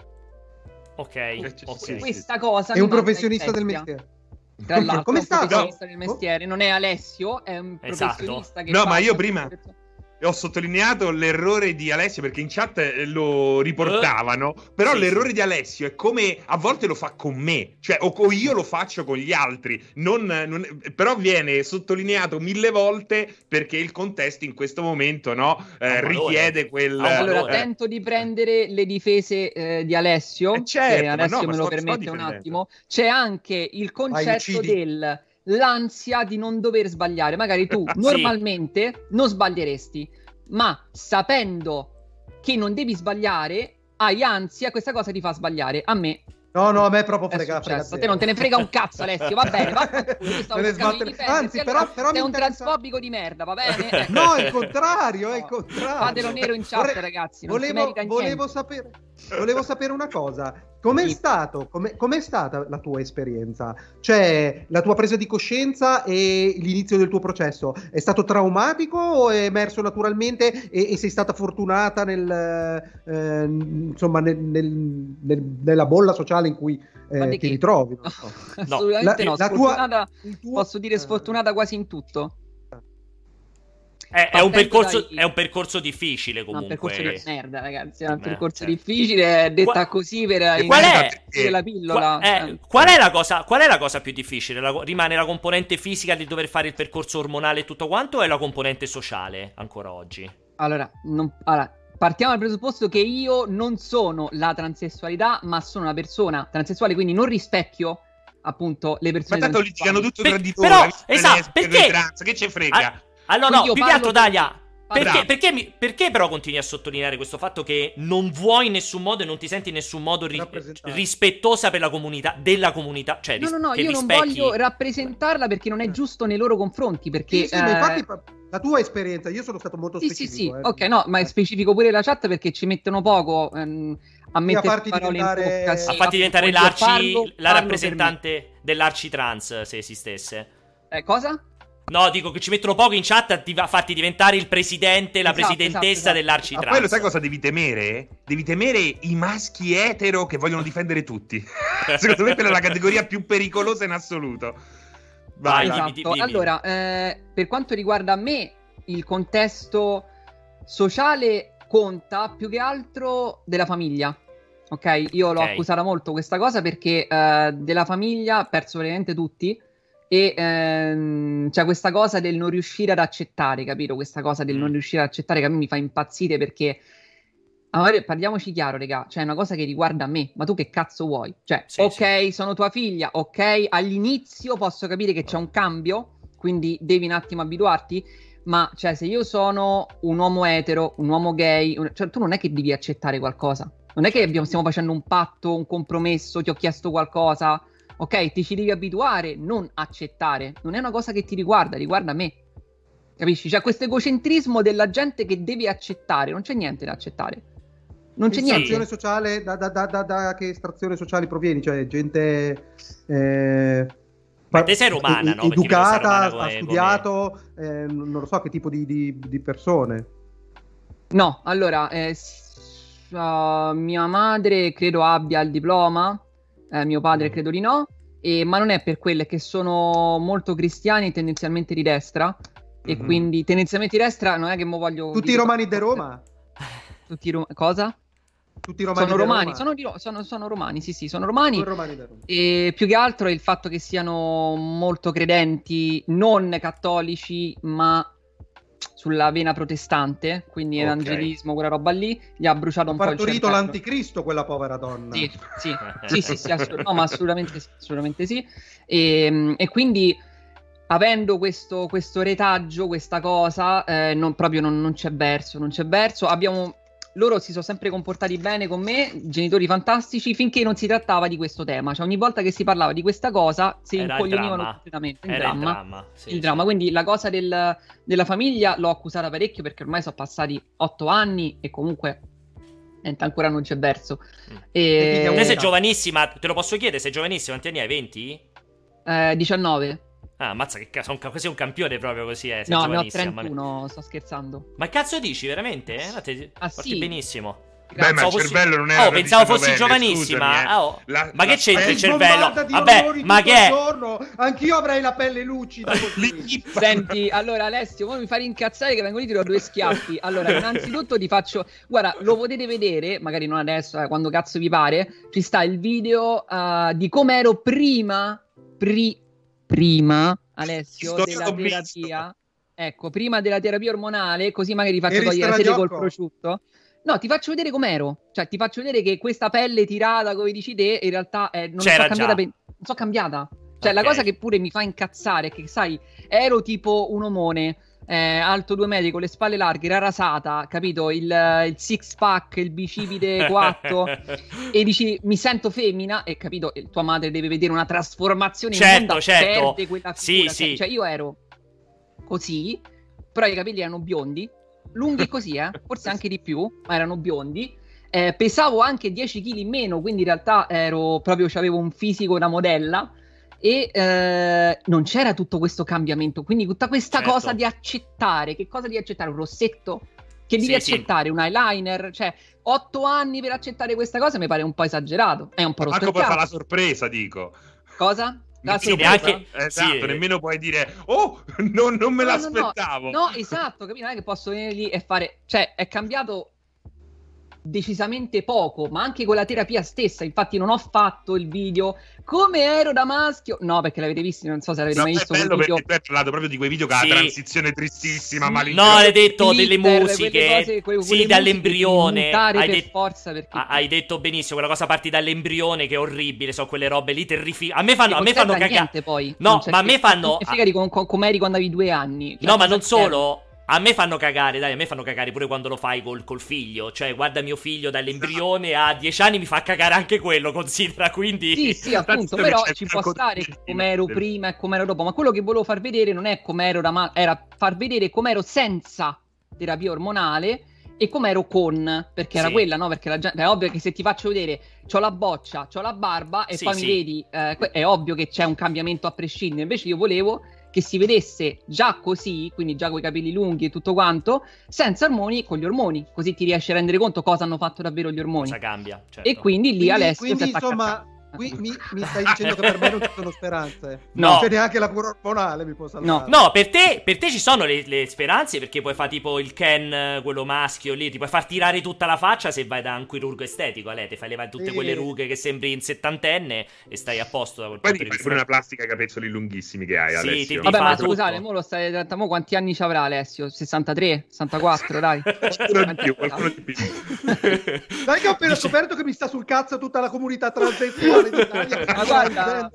Ok. Questa cosa è un professionista del mestiere. Tra l'altro, come è un professionista del mestiere, non è Alessio, è un professionista che ma io prima ho sottolineato l'errore di Alessio perché in chat lo riportavano, però l'errore di Alessio è come a volte lo fa con me, cioè o io lo faccio con gli altri, però viene sottolineato 1000 volte perché il contesto in questo momento richiede quel... Allora tento di prendere le difese di Alessio, certo, se Alessio me lo permette un attimo. C'è anche il concetto l'ansia di non dover sbagliare. Magari tu normalmente non sbaglieresti, ma sapendo che non devi sbagliare hai ansia, questa cosa ti fa sbagliare. A me no, a me è proprio frega a te non te ne frega un cazzo, Alessio, va bene, anzi però sei un transfobico di merda, va bene? No, è il contrario. Fatelo nero in chat, ragazzi, volevo sapere una cosa. Com'è stata la tua esperienza? Cioè, la tua presa di coscienza e l'inizio del tuo processo è stato traumatico o è emerso naturalmente e sei stata fortunata nella bolla sociale in cui ti ritrovi? No. Assolutamente posso dire sfortunata quasi in tutto. È un percorso difficile comunque. È un percorso di merda, ragazzi. È un percorso difficile, detta così per la pillola. Qual è la cosa più difficile? Rimane la componente fisica di dover fare il percorso ormonale e tutto quanto, o è la componente sociale ancora oggi? Allora, partiamo dal presupposto che io non sono la transessualità, ma sono una persona transessuale, quindi non rispecchio appunto le persone. Ma tanto litigano tutto tra di loro. Però, esatto, perché? Che ce frega? Allora, più che altro, Dalia, perché però continui a sottolineare questo fatto che non vuoi in nessun modo e non ti senti in nessun modo rispettosa per la comunità, cioè no, io non voglio rappresentarla perché non è giusto nei loro confronti, perché ma infatti la tua esperienza, io sono stato molto specifico. Sì, ok, no, ma è specifico pure la chat perché ci mettono poco a mettere parole in bocca, a farti diventare la rappresentante dell'Arci trans, se esistesse. Cosa? No, dico che ci mettono poco in chat a farti diventare il presidente, la presidentessa dell'Arci trans. Poi lo sai cosa devi temere? Devi temere i maschi etero che vogliono difendere tutti. Secondo me quella è la categoria più pericolosa in assoluto. Vai, dimmi. Allora, per quanto riguarda me, il contesto sociale conta più che altro della famiglia. Ok? Io l'ho accusata molto questa cosa perché della famiglia perso veramente tutti. E c'è questa cosa del non riuscire ad accettare, capito? Questa cosa del non riuscire ad accettare che a me mi fa impazzire perché parliamoci chiaro, raga, cioè è una cosa che riguarda me, ma tu che cazzo vuoi? Cioè, sono tua figlia, ok, all'inizio posso capire che c'è un cambio, quindi devi un attimo abituarti, ma cioè se io sono un uomo etero, un uomo gay, cioè tu non è che devi accettare qualcosa, non è che stiamo facendo un patto, un compromesso, ti ho chiesto qualcosa. Ok, ti ci devi abituare, non accettare. Non è una cosa che ti riguarda me. Capisci? C'è questo egocentrismo della gente che devi accettare. Non c'è niente da accettare. Non c'è niente. Sociale, da che estrazione sociale provieni? Cioè, gente... ma te sei romana, no? Educata, ha studiato, non lo so che tipo di persone. No, allora, mia madre credo abbia il diploma. Mio padre credo di no, ma non è per quelle che sono molto cristiani, tendenzialmente di destra, e quindi tendenzialmente di destra non è che mo voglio... Tutti i romani di Roma? Cosa? Tutti romani sono romani, sono romani, sì, sono romani. E più che altro è il fatto che siano molto credenti, non cattolici, ma sulla vena protestante, quindi evangelismo, quella roba lì, gli ha bruciato un po' il cervello. Ha partorito l'anticristo quella povera donna. Sì, no, ma assolutamente sì. E quindi, avendo questo retaggio, questa cosa, non c'è verso. Loro si sono sempre comportati bene con me, genitori fantastici, finché non si trattava di questo tema. Cioè, ogni volta che si parlava di questa cosa, si incoglionivano completamente. Il dramma. Quindi la cosa della famiglia l'ho accusata parecchio, perché ormai sono passati 8 anni e comunque ancora non c'è verso. Te sei giovanissima, te lo posso chiedere, sei giovanissima, quanti anni hai? 20? 19. Ah, ammazza, che così è un campione proprio così, sei no, ne ho 31, sto scherzando. Ma cazzo dici, veramente? Parti benissimo. Beh, ma il cervello non era... pensavo fossi giovanissima. Ma che c'entra il cervello? Vabbè, ma che è? Anch'io avrei la pelle lucida. Senti, allora Alessio, voi mi fai incazzare che vengo lì, ti do 2 schiaffi. Allora, innanzitutto ti faccio... Guarda, lo potete vedere, magari non adesso, quando cazzo vi pare. Ci sta il video di come ero prima, Alessio, della terapia. Ecco, prima della terapia ormonale, così magari faccio togliere la sede col prosciutto. No, ti faccio vedere com'ero. Cioè, ti faccio vedere che questa pelle tirata, come dici te, in realtà non sono cambiata. Cioè, la cosa che pure mi fa incazzare è che, sai, ero tipo un omone, alto 2 metri, con le spalle larghe, rasata, capito? Il six pack, il bicipite 4 e dici, mi sento femmina, e capito, tua madre deve vedere una trasformazione in onda, perde quella figura. Cioè, io ero così, però i capelli erano biondi, lunghi così, forse anche di più, ma erano biondi. Pesavo anche 10 kg in meno, quindi in realtà c'avevo un fisico da modella. E non c'era tutto questo cambiamento, quindi tutta questa cosa di accettare. Che cosa di accettare? Un rossetto? Che devi accettare? Un eyeliner? Cioè, 8 anni per accettare questa cosa mi pare un po' esagerato. È un po' rotto il cazzo. Manco poi fa la sorpresa, dico. Cosa? Esatto, nemmeno puoi dire non me l'aspettavo. No, esatto, capito? Non è che posso venire lì e fare... Cioè, è cambiato decisamente poco, ma anche con la terapia stessa. Infatti non ho fatto il video come ero da maschio, no, perché l'avete visto, non so se l'avete mai visto. È bello perché tu hai parlato proprio di quei video che ha la transizione tristissima, no, hai detto delle musiche, dall'embrione, hai detto benissimo, quella cosa parti dall'embrione che è orribile, so quelle robe lì terrificanti. A me fanno cagare poi. No, ma a me fanno come eri quando avevi 2 anni. No, ma non solo. A me fanno cagare, pure quando lo fai col figlio. Cioè, guarda mio figlio dall'embrione a 10 anni mi fa cagare anche quello, considera, quindi... Sì, appunto, però ci può stare come ero prima e come ero dopo. Ma quello che volevo far vedere non è come ero era far vedere come ero senza terapia ormonale e come ero perché era quella, no? Perché la gente, è ovvio che se ti faccio vedere c'ho la boccia, c'ho la barba e poi mi vedi, è ovvio che c'è un cambiamento a prescindere. Invece io volevo che si vedesse già così, quindi già con i capelli lunghi e tutto quanto, senza ormoni, con gli ormoni, così ti riesci a rendere conto cosa hanno fatto davvero gli ormoni. Cosa cambia, certo. E quindi Alessio si è insomma, mi stai dicendo che per me non ci sono speranze? No. Non c'è neanche la cura ormonale mi può salvare. No, per te ci sono le speranze, perché puoi fare tipo il Ken, quello maschio lì, ti puoi far tirare tutta la faccia se vai da un chirurgo estetico, ti fai levare tutte quelle rughe che sembri in 70enne e stai a posto da quel punto di vista. Pure una plastica ai capezzoli lunghissimi che hai, Alessio. Vabbè, ma scusate, mo quanti anni ci avrà Alessio? 63? 64, dai. Qualcuno di più. Dai che ho appena scoperto che mi sta sul cazzo tutta la comunità transessuale d'Italia. Ma guarda,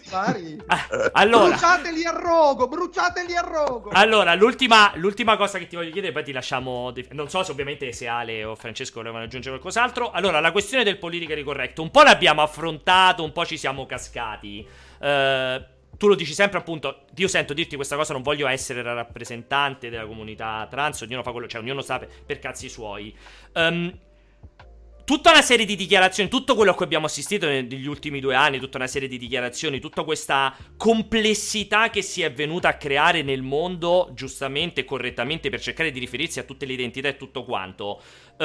allora, bruciateli a rogo. Allora, l'ultima cosa che ti voglio chiedere, poi ti lasciamo. Non so se ovviamente se Ale o Francesco volevano aggiungere qualcos'altro. Allora, la questione del politically correct, un po' l'abbiamo affrontato, un po' ci siamo cascati. Tu lo dici sempre, appunto. Io sento dirti questa cosa, non voglio essere la rappresentante della comunità trans. Ognuno fa quello, cioè ognuno sta per cazzi suoi. Tutta una serie di dichiarazioni, tutto quello a cui abbiamo assistito negli ultimi 2 anni, tutta una serie di dichiarazioni, tutta questa complessità che si è venuta a creare nel mondo, giustamente e correttamente, per cercare di riferirsi a tutte le identità e tutto quanto,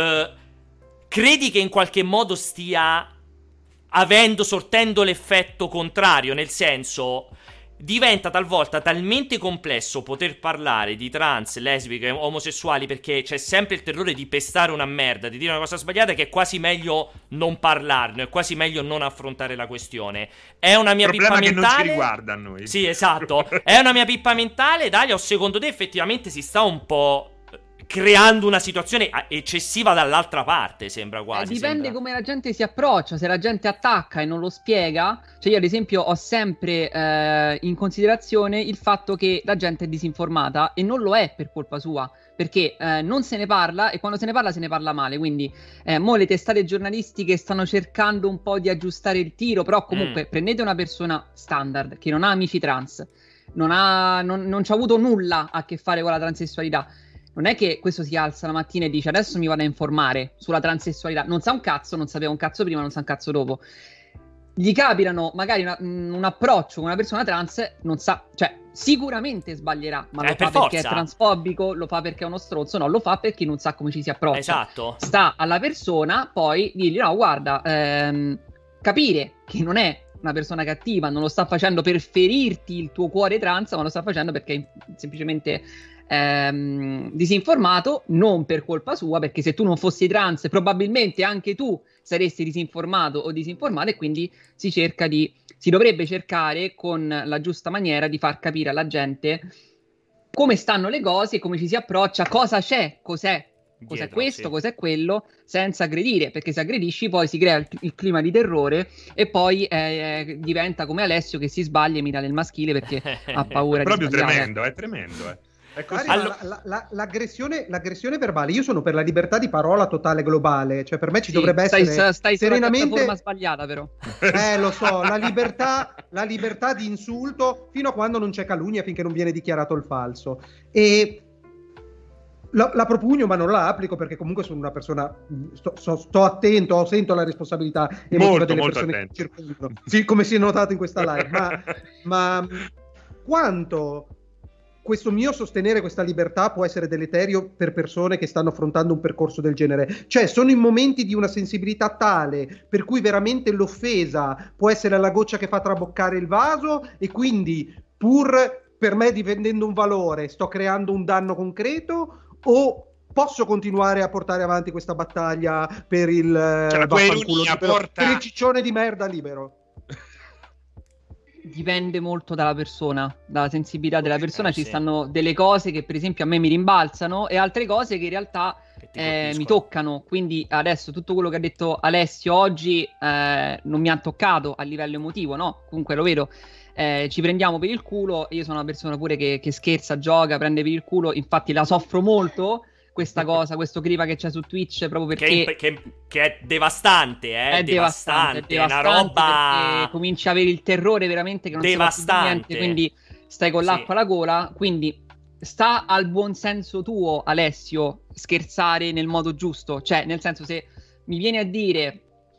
credi che in qualche modo stia sortendo l'effetto contrario? Nel senso, diventa talvolta talmente complesso poter parlare di trans, lesbiche, omosessuali, perché c'è sempre il terrore di pestare una merda, di dire una cosa sbagliata, che è quasi meglio non parlarne, è quasi meglio non affrontare la questione. È una mia pippa mentale. Problema che non ci riguarda a noi. Sì, esatto. È una mia pippa mentale, Dalia, o secondo te effettivamente si sta un po' creando una situazione eccessiva dall'altra parte, sembra quasi. Dipende come la gente si approccia, se la gente attacca e non lo spiega. Cioè io ad esempio ho sempre in considerazione il fatto che la gente è disinformata, e non lo è per colpa sua, perché non se ne parla, e quando se ne parla male. Quindi mo le testate giornalistiche stanno cercando un po' di aggiustare il tiro, però comunque prendete una persona standard che non ha amici trans, non c'ha avuto nulla a che fare con la transessualità. Non è che questo si alza la mattina e dice adesso mi vado a informare sulla transessualità. Non sa un cazzo, non sapeva un cazzo prima, non sa un cazzo dopo. Gli capitano magari un approccio con una persona trans, non sa, cioè sicuramente sbaglierà, ma lo fa perché è transfobico, lo fa perché è uno stronzo, no, lo fa perché non sa come ci si approccia. Esatto. Sta alla persona poi dirgli no, guarda, capire che non è una persona cattiva, non lo sta facendo per ferirti il tuo cuore trans, ma lo sta facendo perché è semplicemente disinformato, non per colpa sua, perché se tu non fossi trans probabilmente anche tu saresti disinformato o disinformato, e quindi si dovrebbe cercare con la giusta maniera di far capire alla gente come stanno le cose, come ci si approccia, cosa c'è, cos'è questo, cos'è quello, senza aggredire, perché se aggredisci poi si crea il clima di terrore e poi diventa come Alessio che si sbaglia e mi dà del maschile perché ha paura di sbagliare. È tremendo. L'aggressione verbale, io sono per la libertà di parola totale globale, cioè per me ci dovrebbe essere stai serenamente sulla piattaforma sbagliata, però lo so, la libertà di insulto fino a quando non c'è calunnia, finché non viene dichiarato il falso, e la propugno ma non la applico, perché comunque sono una persona, sto attento, sento la responsabilità emotiva delle persone che circondano, sì, come si è notato in questa live, ma quanto questo mio sostenere questa libertà può essere deleterio per persone che stanno affrontando un percorso del genere. Cioè, sono in momenti di una sensibilità tale per cui veramente l'offesa può essere la goccia che fa traboccare il vaso, e quindi pur per me difendendo un valore sto creando un danno concreto, o posso continuare a portare avanti questa battaglia per il per il ciccione di merda libero? Dipende molto dalla persona, dalla sensibilità della persona. Ci stanno delle cose che per esempio a me mi rimbalzano e altre cose che in realtà mi toccano. Quindi adesso tutto quello che ha detto Alessio oggi non mi ha toccato a livello emotivo, no? Comunque lo vedo, ci prendiamo per il culo. Io sono una persona pure che scherza, gioca, prende per il culo. Infatti la soffro molto questa cosa, questo clima che c'è su Twitch, proprio perché che è devastante, è devastante, è una roba, perché cominci a avere il terrore veramente che non si fa più niente, quindi stai con l'acqua alla gola. Quindi sta al buon senso tuo, Alessio, scherzare nel modo giusto, cioè nel senso, se mi viene a dire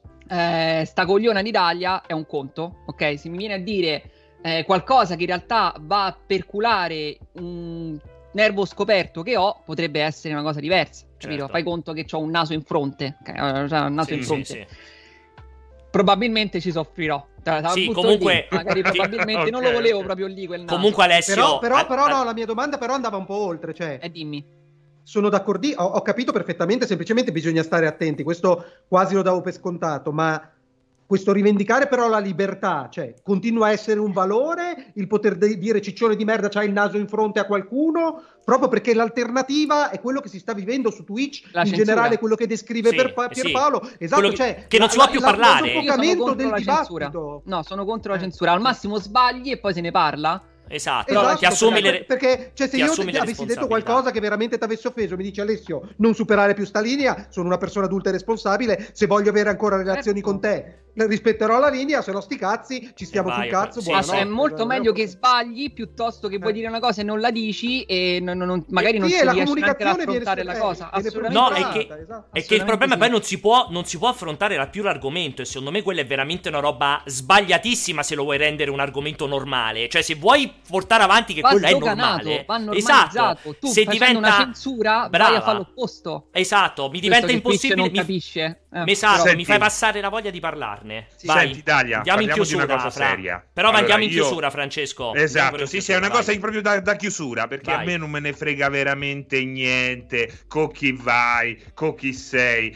sta cogliona di Dalia è un conto, ok? Se mi viene a dire qualcosa che in realtà va a perculare un nervo scoperto che ho, potrebbe essere una cosa diversa. Certo. Fai conto che ho un naso in fronte, okay? Cioè, un naso in fronte. Sì. Probabilmente ci soffrirò. Comunque magari probabilmente okay, non lo volevo proprio lì quel naso. Comunque Alessio, però no, la mia domanda però andava un po' oltre, cioè dimmi. Sono d'accordo, ho capito perfettamente, semplicemente bisogna stare attenti, questo quasi lo davo per scontato, ma questo rivendicare però la libertà, cioè continua a essere un valore il poter dire ciccione di merda, c'hai il naso in fronte a qualcuno, proprio perché l'alternativa è quello che si sta vivendo su Twitch, in generale quello che descrive Pierpaolo, esatto, cioè che non si può più parlare. Io sono contro la censura. No, sono contro la censura, al massimo sbagli e poi se ne parla. Esatto, ti assumi perché cioè, se io ti avessi detto qualcosa che veramente ti avesse offeso, mi dici Alessio non superare più sta linea, sono una persona adulta e responsabile, se voglio avere ancora relazioni con te rispetterò la linea, se no sti cazzi, ci stiamo sul cazzo. È molto meglio che sbagli piuttosto che vuoi dire una cosa e non la dici e magari non si riesce neanche ad affrontare la cosa. No, è che il problema poi non si può affrontare più l'argomento, e secondo me quella è veramente una roba sbagliatissima se lo vuoi rendere un argomento normale. Cioè se vuoi portare avanti che quello è normale. Va normalizzato. Tu se diventa una censura, vai a fare l'opposto. Esatto, mi diventa impossibile. Non capisce. Esatto, mi fai passare la voglia di parlarne. Vai. Senti, Dalia, andiamo in chiusura, di una cosa seria. Però andiamo in chiusura, Francesco. Esatto, sì, è una cosa proprio da chiusura, perché vai. A me non me ne frega veramente niente con chi vai, con chi sei.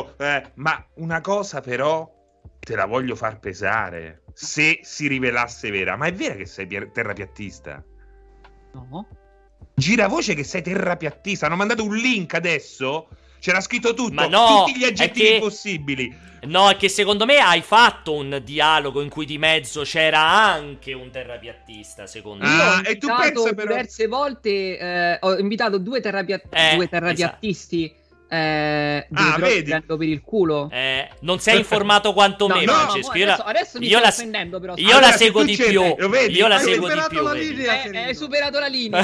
Ma una cosa però te la voglio far pesare, se si rivelasse vera. Ma è vera che sei terrapiattista? No. Gira voce che sei terrapiattista. Hanno mandato un link adesso, c'era scritto tutto, ma no, tutti gli aggettivi possibili. No, è che secondo me hai fatto un dialogo in cui di mezzo c'era anche un terrapiattista, secondo me. E tu pensa però... diverse volte ho invitato due terrapiattisti. Esatto. Vedi? Prendo per il culo. Non sei informato quanto me, Francesco. Adesso mi stai offendendo, però. Io la seguo di più. Io la seguo di più. Hai superato la linea.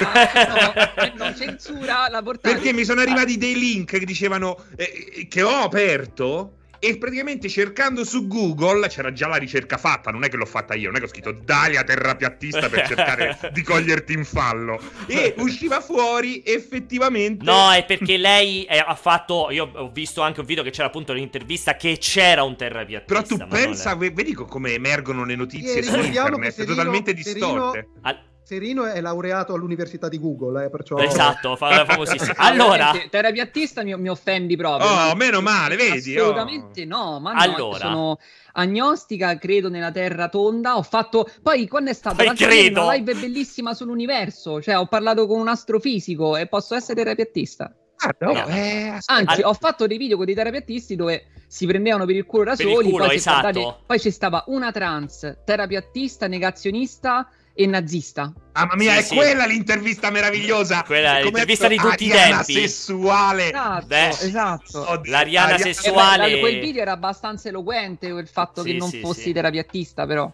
Non censura la portata. Perché mi sono arrivati dei link che dicevano che ho aperto. E praticamente cercando su Google c'era già la ricerca fatta, non è che l'ho fatta io, non è che ho scritto Dalia terrapiattista per cercare di coglierti in fallo. E usciva fuori effettivamente. No, è perché lei ha fatto. Io ho visto anche un video che c'era appunto l'intervista che c'era un terrapiattista. Però tu pensa, vedi come emergono le notizie su internet, totalmente distorte. Serino è laureato all'università di Google, perciò... Esatto, famosissimo. Allora, terrapiattista mi offendi proprio. Oh, meno male, vedi? Assolutamente no, ma no, sono agnostica, credo nella terra tonda. Ho fatto... Poi, quando è stata una live bellissima sull'universo, cioè ho parlato con un astrofisico e posso essere terrapiattista. Anzi, ho fatto dei video con dei terapiattisti dove si prendevano per il culo da soli, poi ci stava una trans, terapiattista, negazionista e nazista. Mamma mia, sì, è quella l'intervista meravigliosa. Quella è l'intervista di tutti i tempi. Sessuale. Esatto. L'Ariana sessuale. Quel video era abbastanza eloquente, il fatto che non fossi terapiattista, però.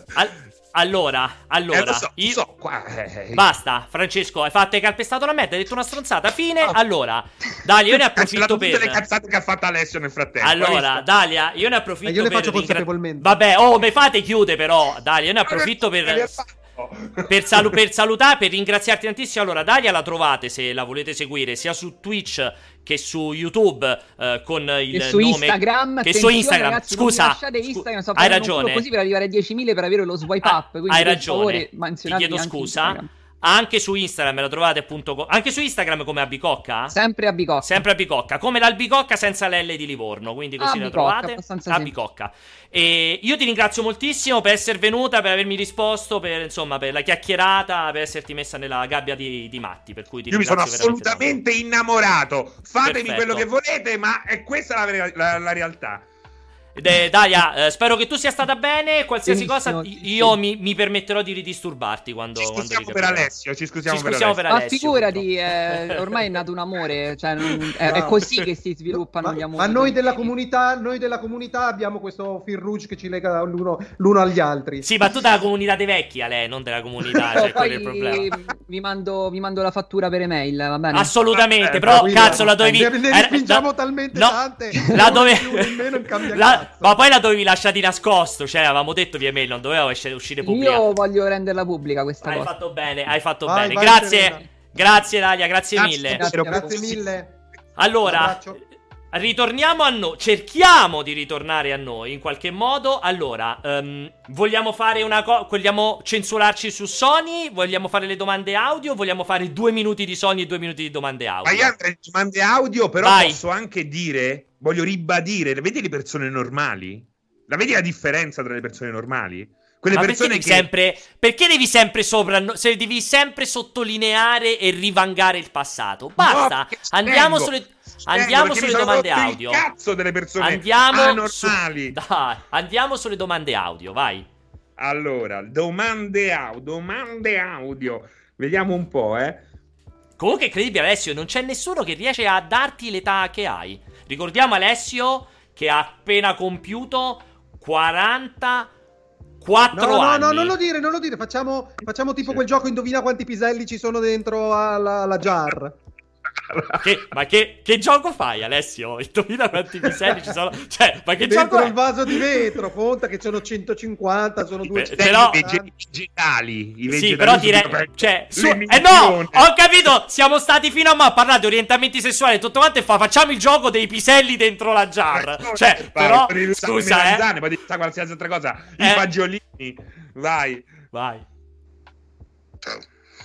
Allora, basta, Francesco, hai calpestato la merda, hai detto una stronzata, fine. Allora, Dalia, io ne approfitto per tutte le cazzate che ha fatto Alessio nel frattempo. Allora, Dalia, io ne approfitto io le faccio consapevolmente. Vabbè, mi fate chiudere però, Dalia, io ne approfitto per salutare, per ringraziarti tantissimo. Allora, Dalia la trovate, se la volete seguire, sia su Twitch che su YouTube, con il su nome Instagram, che su Instagram. Ragazzi, scusa, Instagram, hai ragione. Così per arrivare a 10.000 per avere lo swipe up. Quindi hai ragione. Favore, ti chiedo scusa. Anche su Instagram la trovate appunto anche su Instagram come Abicocca? Sempre Abicocca. Sempre Abicocca, come l'Albicocca senza l'L di Livorno, quindi così la trovate. Abicocca. E io ti ringrazio moltissimo per essere venuta, per avermi risposto, per la chiacchierata, per esserti messa nella gabbia di matti, per cui io mi sono assolutamente innamorato. Fatemi quello che volete, ma è questa la realtà. Dalia, spero che tu sia stata bene. Qualsiasi cosa io mi permetterò di ridisturbarti quando ci scusiamo per Alessio. Ci scusiamo per Alessio. Ma figurati, ormai è nato un amore, cioè, è così che si sviluppano gli amori. Ma noi della comunità abbiamo questo fil rouge che ci lega l'uno agli altri. Sì, ma tu della comunità dei vecchi, lei, non della comunità, cioè, quello è il problema. Vi mando la fattura per email, va bene? Assolutamente, però cazzo la dovevi... Ne respingiamo talmente tante. La ma poi la dovevi lasciare di nascosto, cioè avevamo detto via mail, non doveva uscire pubblica. Io voglio renderla pubblica questa cosa. Hai fatto bene. Grazie Dalia, grazie mille. Grazie mille. Allora, ritorniamo a noi, cerchiamo di ritornare a noi in qualche modo. Allora, vogliamo fare vogliamo censurarci su Sony? Vogliamo fare le domande audio? Vogliamo fare 2 minuti di Sony e 2 minuti di domande audio? Vai, altre domande audio, però posso anche dire, voglio ribadire, vedi le persone normali? La vedi la differenza tra le persone normali? Quelle persone perché devi sempre devi sempre sottolineare e rivangare il passato? Basta, andiamo sulle domande audio. Il cazzo delle persone normali. Andiamo sulle domande audio, vai. Allora, domande audio. Vediamo un po', Comunque è incredibile, Alessio, non c'è nessuno che riesce a darti l'età che hai. Ricordiamo Alessio che ha appena compiuto 44 anni. No, non lo dire. Facciamo tipo quel gioco indovina quanti piselli ci sono dentro alla jar. Ma che gioco fai, Alessio? Indovina quanti piselli ci sono? Cioè, ma che dentro gioco è? il vaso di vetro, conta che sono 150, sono 200. Però I vegetali. Sì, però direi, cioè, no, ho capito, siamo stati fino a mo' a parlare di orientamenti sessuali e tutto quanto e facciamo il gioco dei piselli dentro la jar. Cioè, però, scusa, poi di qualsiasi altra cosa, i fagiolini. Vai. Ciao.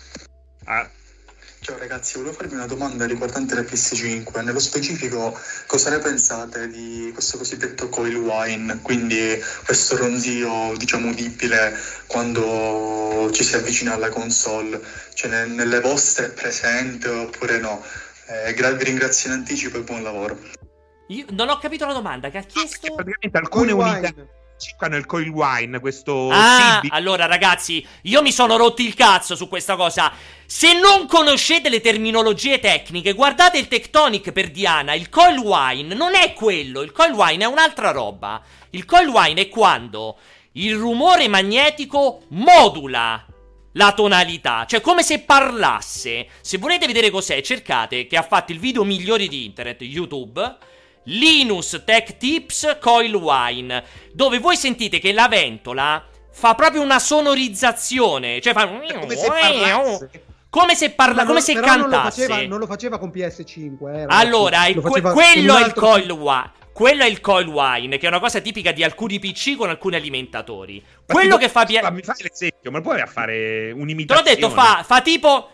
Ciao ragazzi, volevo farvi una domanda riguardante la PS5. Nello specifico, cosa ne pensate di questo cosiddetto coil wine, quindi questo ronzio, diciamo, udibile quando ci si avvicina alla console? Cioè, nelle vostre è presente oppure no? Vi ringrazio in anticipo e buon lavoro. Io non ho capito la domanda che ha chiesto. Praticamente alcune unità hanno il coil wine, questo allora ragazzi, io mi sono rotto il cazzo su questa cosa. Se non conoscete le terminologie tecniche, guardate il Tectonic per Diana. Il coil wine non è quello. Il coil wine è un'altra roba. Il coil wine è quando il rumore magnetico modula la tonalità, cioè come se parlasse. Se volete vedere cos'è, cercate, che ha fatto il video migliore di internet, YouTube, Linus Tech Tips Coil Wine, dove voi sentite che la ventola fa proprio una sonorizzazione, cioè fa come se parlasse, come se cantasse. Non lo faceva con PS5. Allora, quello è il coil wine. Quello è il coil wine, che è una cosa tipica di alcuni PC con alcuni alimentatori. Quello che fa mi fai l'esempio, ma puoi fare un'imitazione? Te l'ho detto, fa tipo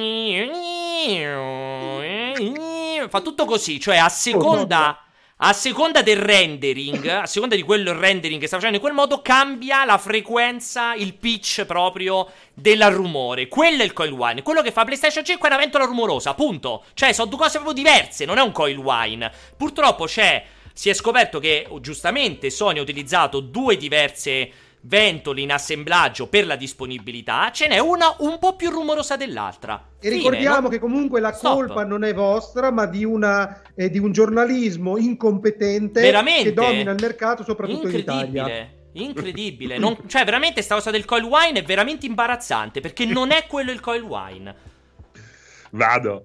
fa tutto così, cioè a seconda del rendering, a seconda di quello il rendering che sta facendo in quel modo, cambia la frequenza, il pitch proprio del rumore. Quello è il coil wine. Quello che fa PlayStation 5 è una ventola rumorosa, punto. Cioè, sono due cose proprio diverse, non è un coil wine. Purtroppo si è scoperto che, giustamente, Sony ha utilizzato due diverse ventole in assemblaggio per la disponibilità. Ce n'è una un po' più rumorosa dell'altra. E ricordiamo che comunque la colpa non è vostra, ma di un giornalismo incompetente che domina il mercato, soprattutto in Italia. Incredibile. Cioè, veramente sta cosa del coil wine è veramente imbarazzante, perché non è quello il coil wine. Vado.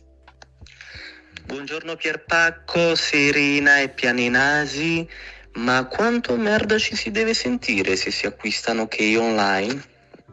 Buongiorno Pierpacco, Serena e Pianinasi. Ma quanto merda ci si deve sentire se si acquistano key online?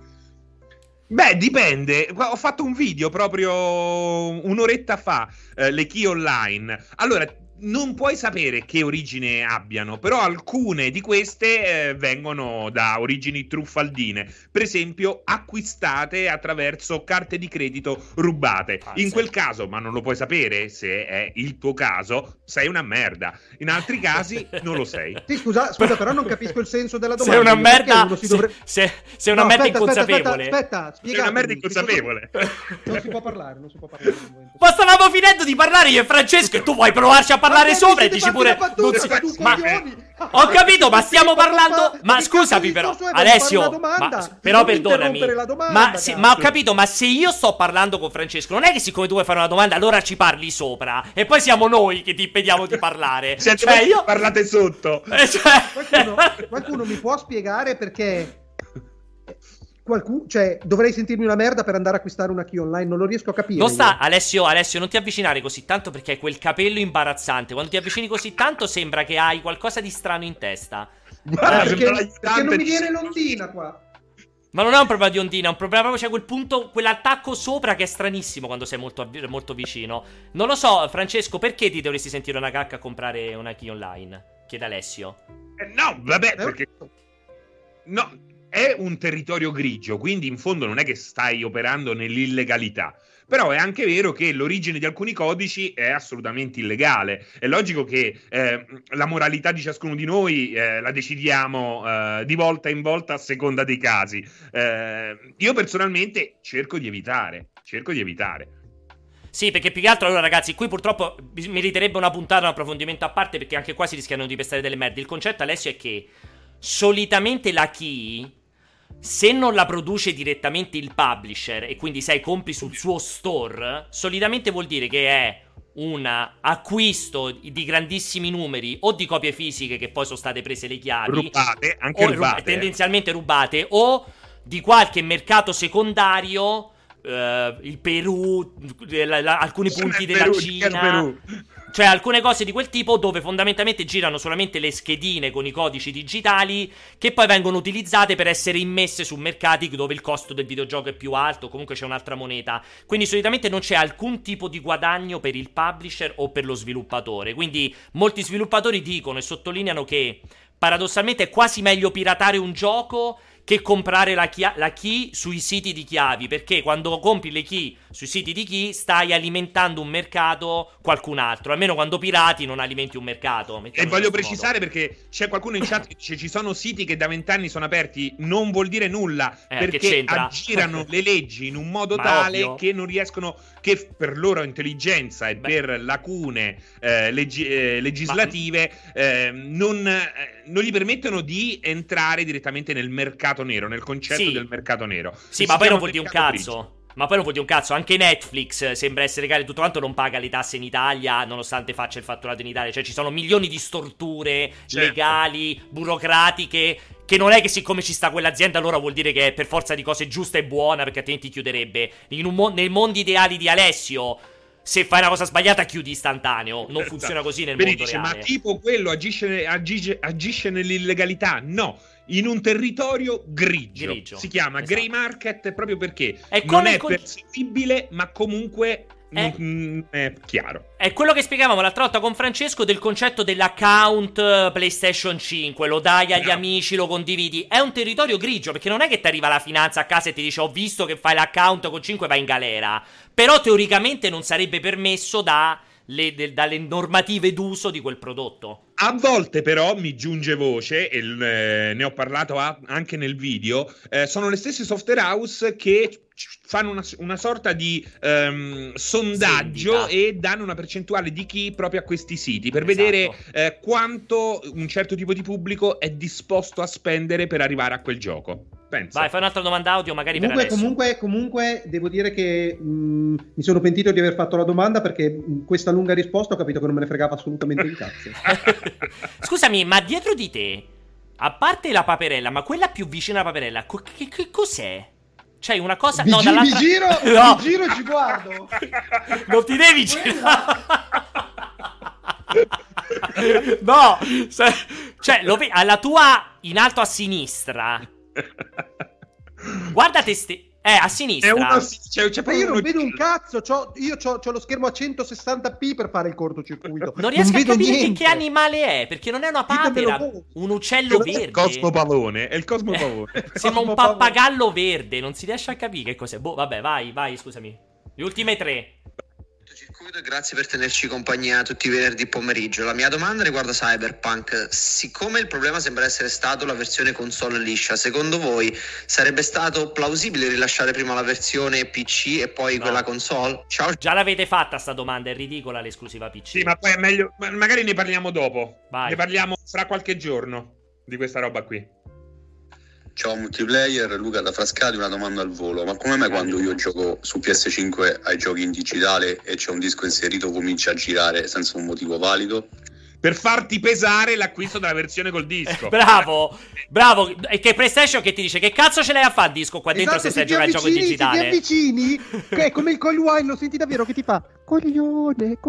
Beh, dipende. Ho fatto un video proprio un'oretta fa, le key online. Allora, non puoi sapere che origine abbiano, però alcune di queste vengono da origini truffaldine, per esempio acquistate attraverso carte di credito rubate. In quel caso, ma non lo puoi sapere se è il tuo caso, sei una merda. In altri casi non lo sei. Sì, scusa, però non capisco il senso della domanda. Sei una merda, sei una merda inconsapevole. Aspetta, sei una merda inconsapevole. Non si può parlare. Ma stavamo finendo di parlare io e Francesco e tu vuoi provarci a parlare sopra e dici pure ho capito, ma stiamo parlando. Ma scusami, però, Alessio, però perdonami. Ma ho capito, ma se io sto parlando con Francesco, non è che siccome tu vuoi fare una domanda, allora ci parli sopra e poi siamo noi che ti impediamo di parlare. Cioè, io parlate sotto. Qualcuno mi può spiegare perché? Cioè, dovrei sentirmi una merda per andare a acquistare una key online. Non lo riesco a capire. Alessio, non ti avvicinare così tanto, perché hai quel capello imbarazzante. Quando ti avvicini così tanto sembra che hai qualcosa di strano in testa. Perché non mi viene l'ondina qua. Ma non è un problema di ondina, è un problema proprio, c'è quel punto, quell'attacco sopra che è stranissimo quando sei molto, molto vicino. Non lo so, Francesco, perché ti dovresti sentire una cacca a comprare una key online? Chiede Alessio. No, vabbè, perché no, è un territorio grigio, quindi in fondo non è che stai operando nell'illegalità. Però è anche vero che l'origine di alcuni codici è assolutamente illegale. È logico che la moralità di ciascuno di noi la decidiamo di volta in volta a seconda dei casi. Io personalmente cerco di evitare. Sì, perché più che altro, allora ragazzi, qui purtroppo meriterebbe una puntata, un approfondimento a parte, perché anche qua si rischiano di pestare delle merde. Il concetto, Alessio, è che solitamente la key, se non la produce direttamente il publisher e quindi compri sul suo store, solitamente vuol dire che è un acquisto di grandissimi numeri o di copie fisiche che poi sono state prese le chiavi, rubate, tendenzialmente rubate, o di qualche mercato secondario il Perù, alcuni punti della Cina, cioè alcune cose di quel tipo dove fondamentalmente girano solamente le schedine con i codici digitali che poi vengono utilizzate per essere immesse su mercati dove il costo del videogioco è più alto, comunque c'è un'altra moneta, quindi solitamente non c'è alcun tipo di guadagno per il publisher o per lo sviluppatore. Quindi molti sviluppatori dicono e sottolineano che paradossalmente è quasi meglio piratare un gioco che comprare la key sui siti di chiavi, perché quando compri le key sui siti di key stai alimentando un mercato qualcun altro, almeno quando pirati non alimenti un mercato. E voglio precisare perché c'è qualcuno in chat che dice ci sono siti che da 20 anni sono aperti, non vuol dire nulla, perché aggirano le leggi in un modo tale che non riescono, che per loro intelligenza e per lacune legislative non gli permettono di entrare direttamente nel mercato nero, nel concetto del mercato nero. Sì, ma poi non vuol dire un cazzo. Ma poi non vuol dire un cazzo. Anche Netflix sembra essere legale, tutto quanto non paga le tasse in Italia, nonostante faccia il fatturato in Italia. Cioè ci sono milioni di storture legali, burocratiche, che non è che siccome ci sta quell'azienda allora vuol dire che è per forza di cose giusta e buona, perché altrimenti chiuderebbe. Nei mondi ideali di Alessio, se fai una cosa sbagliata chiudi istantaneo. Non funziona così nel mondo reale. Ma tipo quello agisce nell'illegalità? No, in un territorio grigio. Si chiama grey market proprio perché non è perseguibile, ma comunque è chiaro. È quello che spiegavamo l'altra volta con Francesco del concetto dell'account PlayStation 5. Lo dai agli amici, lo condividi. È un territorio grigio, perché non è che ti arriva la finanza a casa e ti dice ho visto che fai l'account con 5 vai in galera. Però teoricamente non sarebbe permesso dalle normative d'uso di quel prodotto. A volte però mi giunge voce, e ne ho parlato anche nel video, sono le stesse software house che fanno una sorta di sondaggio e danno una percentuale di key proprio a questi siti per vedere quanto un certo tipo di pubblico è disposto a spendere per arrivare a quel gioco. Pensa. Vai, fai un'altra domanda audio magari per Alessio. Comunque devo dire che mi sono pentito di aver fatto la domanda, perché in questa lunga risposta ho capito che non me ne fregava assolutamente un cazzo. Scusami, ma dietro di te, a parte la paperella, ma quella più vicina alla paperella, che cos'è? C'hai una cosa... Mi giro e ci guardo. Non ti devi girare. No, cioè alla tua in alto a sinistra. Guarda a sinistra. Ma io non vedo un cazzo. Io c'ho lo schermo a 160p per fare il cortocircuito. Non riesco a capire che animale è, perché non è una papera, un uccello verde. È il cosmopavone. Sembra un pappagallo verde. Non si riesce a capire che cos'è. Boh, vabbè, vai, scusami. Le ultime 3. Grazie per tenerci compagnia tutti i venerdì pomeriggio. La mia domanda riguarda Cyberpunk. Siccome il problema sembra essere stato la versione console liscia, secondo voi sarebbe stato plausibile rilasciare prima la versione PC e poi quella console? Ciao. Già l'avete fatta sta domanda, è ridicola l'esclusiva PC. Sì, ma poi è meglio, magari ne parliamo dopo. Vai. Ne parliamo fra qualche giorno di questa roba qui. Ciao multiplayer, Luca da Frascati, una domanda al volo, ma come mai quando io gioco su PS5 ai giochi in digitale e c'è un disco inserito comincia a girare senza un motivo valido? Per farti pesare l'acquisto della versione col disco. Bravo. E che PlayStation che ti dice che cazzo ce l'hai a fare il disco qua dentro, se stai giocando il gioco in digitale? Se ti avvicini, è come il Call Wine, lo senti davvero che ti fa coglione.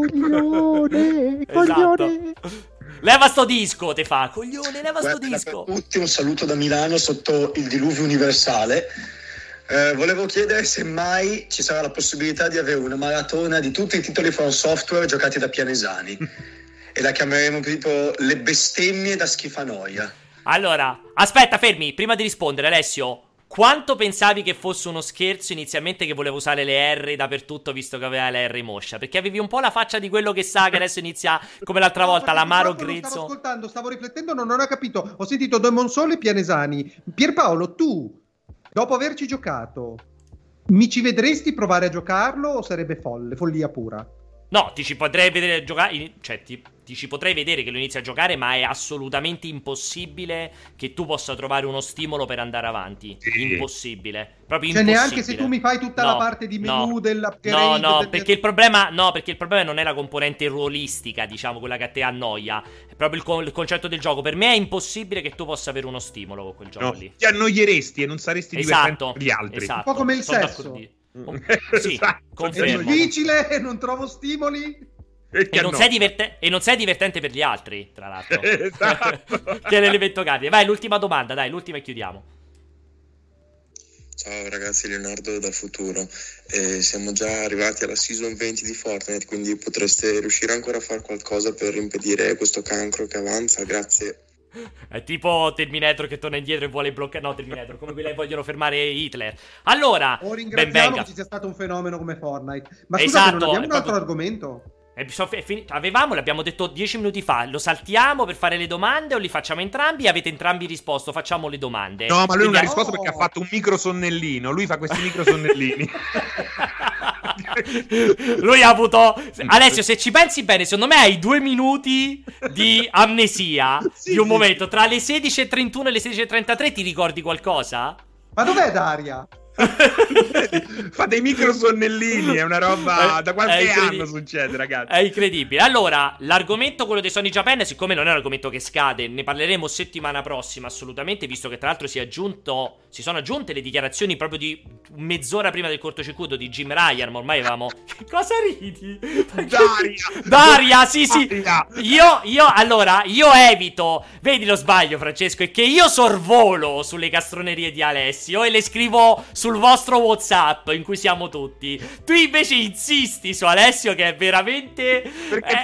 Esatto. Leva sto disco, te fa coglione, leva sto disco. Un saluto da Milano sotto il diluvio universale. Volevo chiedere se mai ci sarà la possibilità di avere una maratona di tutti i titoli From Software giocati da Pianesani e la chiameremo tipo le bestemmie da schifanoia. Allora, aspetta, fermi, prima di rispondere, Alessio. Quanto pensavi che fosse uno scherzo inizialmente che volevo usare le R dappertutto visto che aveva le R moscia? Perché avevi un po' la faccia di quello che sa che adesso inizia come l'altra volta, l'amaro grezzo. Stavo ascoltando, stavo riflettendo, non ho capito. Ho sentito Demon Soul e Pianesani. Pierpaolo, tu, dopo averci giocato, mi ci vedresti provare a giocarlo o sarebbe follia pura? No, ti ci potrei vedere giocare, cioè ti ci potrei vedere che lo inizi a giocare, ma è assolutamente impossibile che tu possa trovare uno stimolo per andare avanti. Sì. Impossibile, proprio cioè, impossibile. Neanche se tu mi fai tutta la parte di menu dell'upgrade. Perché il problema non è la componente ruolistica, diciamo, quella che a te annoia. È proprio il concetto del gioco. Per me è impossibile che tu possa avere uno stimolo con quel gioco lì. Ti annoieresti e non saresti divertente per gli altri. Esatto. Un po' come il sesso. Sì, confermo. È difficile, non trovo stimoli. E non sei divertente per gli altri, tra l'altro. Esatto. Che è l'elemento cardine. Vai, l'ultima domanda, dai, l'ultima e chiudiamo. Ciao ragazzi, Leonardo dal futuro. Siamo già arrivati alla season 20 di Fortnite, quindi potreste riuscire ancora a fare qualcosa per impedire questo cancro che avanza? Grazie. È tipo Terminator che torna indietro e vuole bloccare. No, Terminator, come quelli che vogliono fermare Hitler. Allora, ringraziamo che ci sia stato un fenomeno come Fortnite. Ma scusate, esatto, non abbiamo un altro argomento? L'abbiamo detto 10 minuti fa. Lo saltiamo per fare le domande o li facciamo entrambi? Avete entrambi risposto, facciamo le domande. No, ma lui non ha risposto perché ha fatto un micro sonnellino. Lui fa questi micro sonnellini. Lui ha avuto... Alessio, se ci pensi bene, secondo me hai 2 minuti di amnesia. Sì, di un momento. Tra le 16:31 e le 16:33 ti ricordi qualcosa? Ma dov'è Daria? Fa dei micro sonnellini, è una roba da qualche anno succede, ragazzi. È incredibile. Allora, l'argomento, quello dei Sony Japan, siccome non è un argomento che scade, ne parleremo settimana prossima assolutamente, visto che tra l'altro si sono aggiunte le dichiarazioni proprio di mezz'ora prima del cortocircuito di Jim Ryan, ma ormai avevamo... Cosa ridi? Daria, sì. Io evito, vedi lo sbaglio, Francesco, è che io sorvolo sulle castronerie di Alessio e le scrivo sul vostro WhatsApp in cui siamo tutti. Tu invece insisti su Alessio, che è veramente... Perché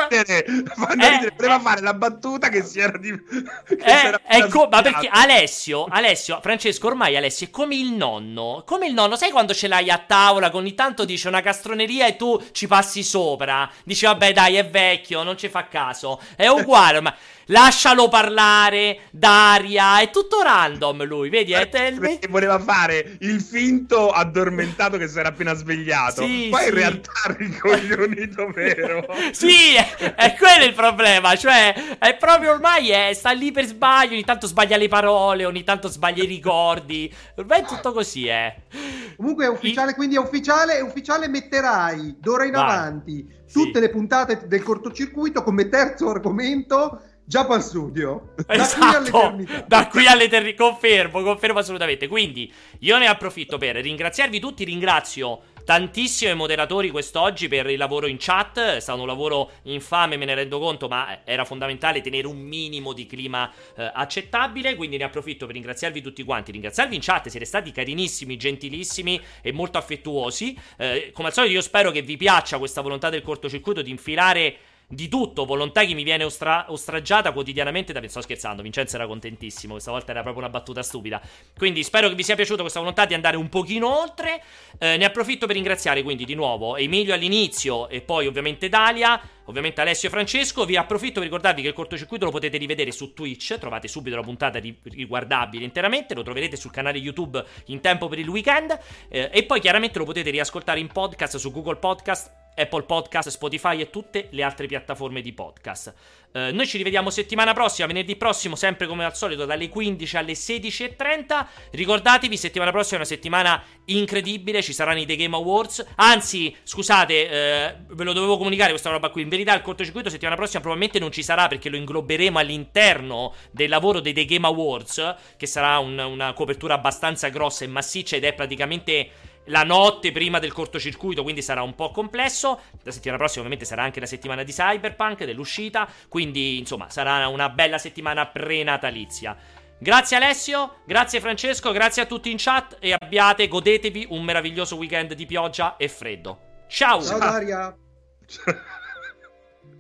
voleva fare la battuta che si era ma perché Alessio, Francesco, ormai Alessio è come il nonno. Sai quando ce l'hai a tavola, che ogni tanto dice una castroneria e tu ci passi sopra. Dici vabbè dai, è vecchio, non ci fa caso. È uguale, ma... Lascialo parlare, Daria, è tutto random lui, vedi? Perché voleva fare il finto addormentato che si era appena svegliato. Poi in realtà ricoglionito vero. Sì, è quello il problema, cioè è proprio ormai sta lì per sbaglio, ogni tanto sbaglia le parole, ogni tanto sbaglia i ricordi. Ormai è tutto così, Comunque è ufficiale, quindi è ufficiale, metterai d'ora in avanti tutte le puntate del cortocircuito come terzo argomento Japan Studio. Da qui all'eternità. Confermo assolutamente. Quindi io ne approfitto per ringraziarvi tutti. Ringrazio tantissimo i moderatori quest'oggi per il lavoro in chat. È stato un lavoro infame, me ne rendo conto, ma era fondamentale tenere un minimo di clima accettabile. Quindi ne approfitto per ringraziarvi tutti quanti. Ringraziarvi in chat, siete stati carinissimi, gentilissimi e molto affettuosi. Come al solito io spero che vi piaccia questa volontà del cortocircuito di infilare di tutto, volontà che mi viene ostraggiata quotidianamente sto scherzando, Vincenzo era contentissimo, questa volta era proprio una battuta stupida. Quindi spero che vi sia piaciuta questa volontà di andare un pochino oltre. Ne approfitto per ringraziare quindi di nuovo Emilio all'inizio e poi ovviamente Dalia, ovviamente Alessio e Francesco. Vi approfitto per ricordarvi che il cortocircuito lo potete rivedere su Twitch, trovate subito la puntata riguardabile interamente, lo troverete sul canale YouTube in tempo per il weekend, e poi chiaramente lo potete riascoltare in podcast su Google Podcast, Apple Podcast, Spotify e tutte le altre piattaforme di podcast. Noi ci rivediamo settimana prossima, venerdì prossimo, sempre come al solito dalle 15 alle 16:30. Ricordatevi, settimana prossima è una settimana incredibile, ci saranno i The Game Awards. Anzi, scusate, ve lo dovevo comunicare questa roba qui. In verità il cortocircuito settimana prossima probabilmente non ci sarà, perché lo ingloberemo all'interno del lavoro dei The Game Awards, che sarà una copertura abbastanza grossa e massiccia ed è praticamente la notte prima del cortocircuito, quindi sarà un po' complesso. La settimana prossima ovviamente sarà anche la settimana di Cyberpunk, dell'uscita, quindi insomma sarà una bella settimana prenatalizia. Grazie Alessio, grazie Francesco, grazie a tutti in chat e godetevi un meraviglioso weekend di pioggia e freddo. Ciao! Ciao Daria!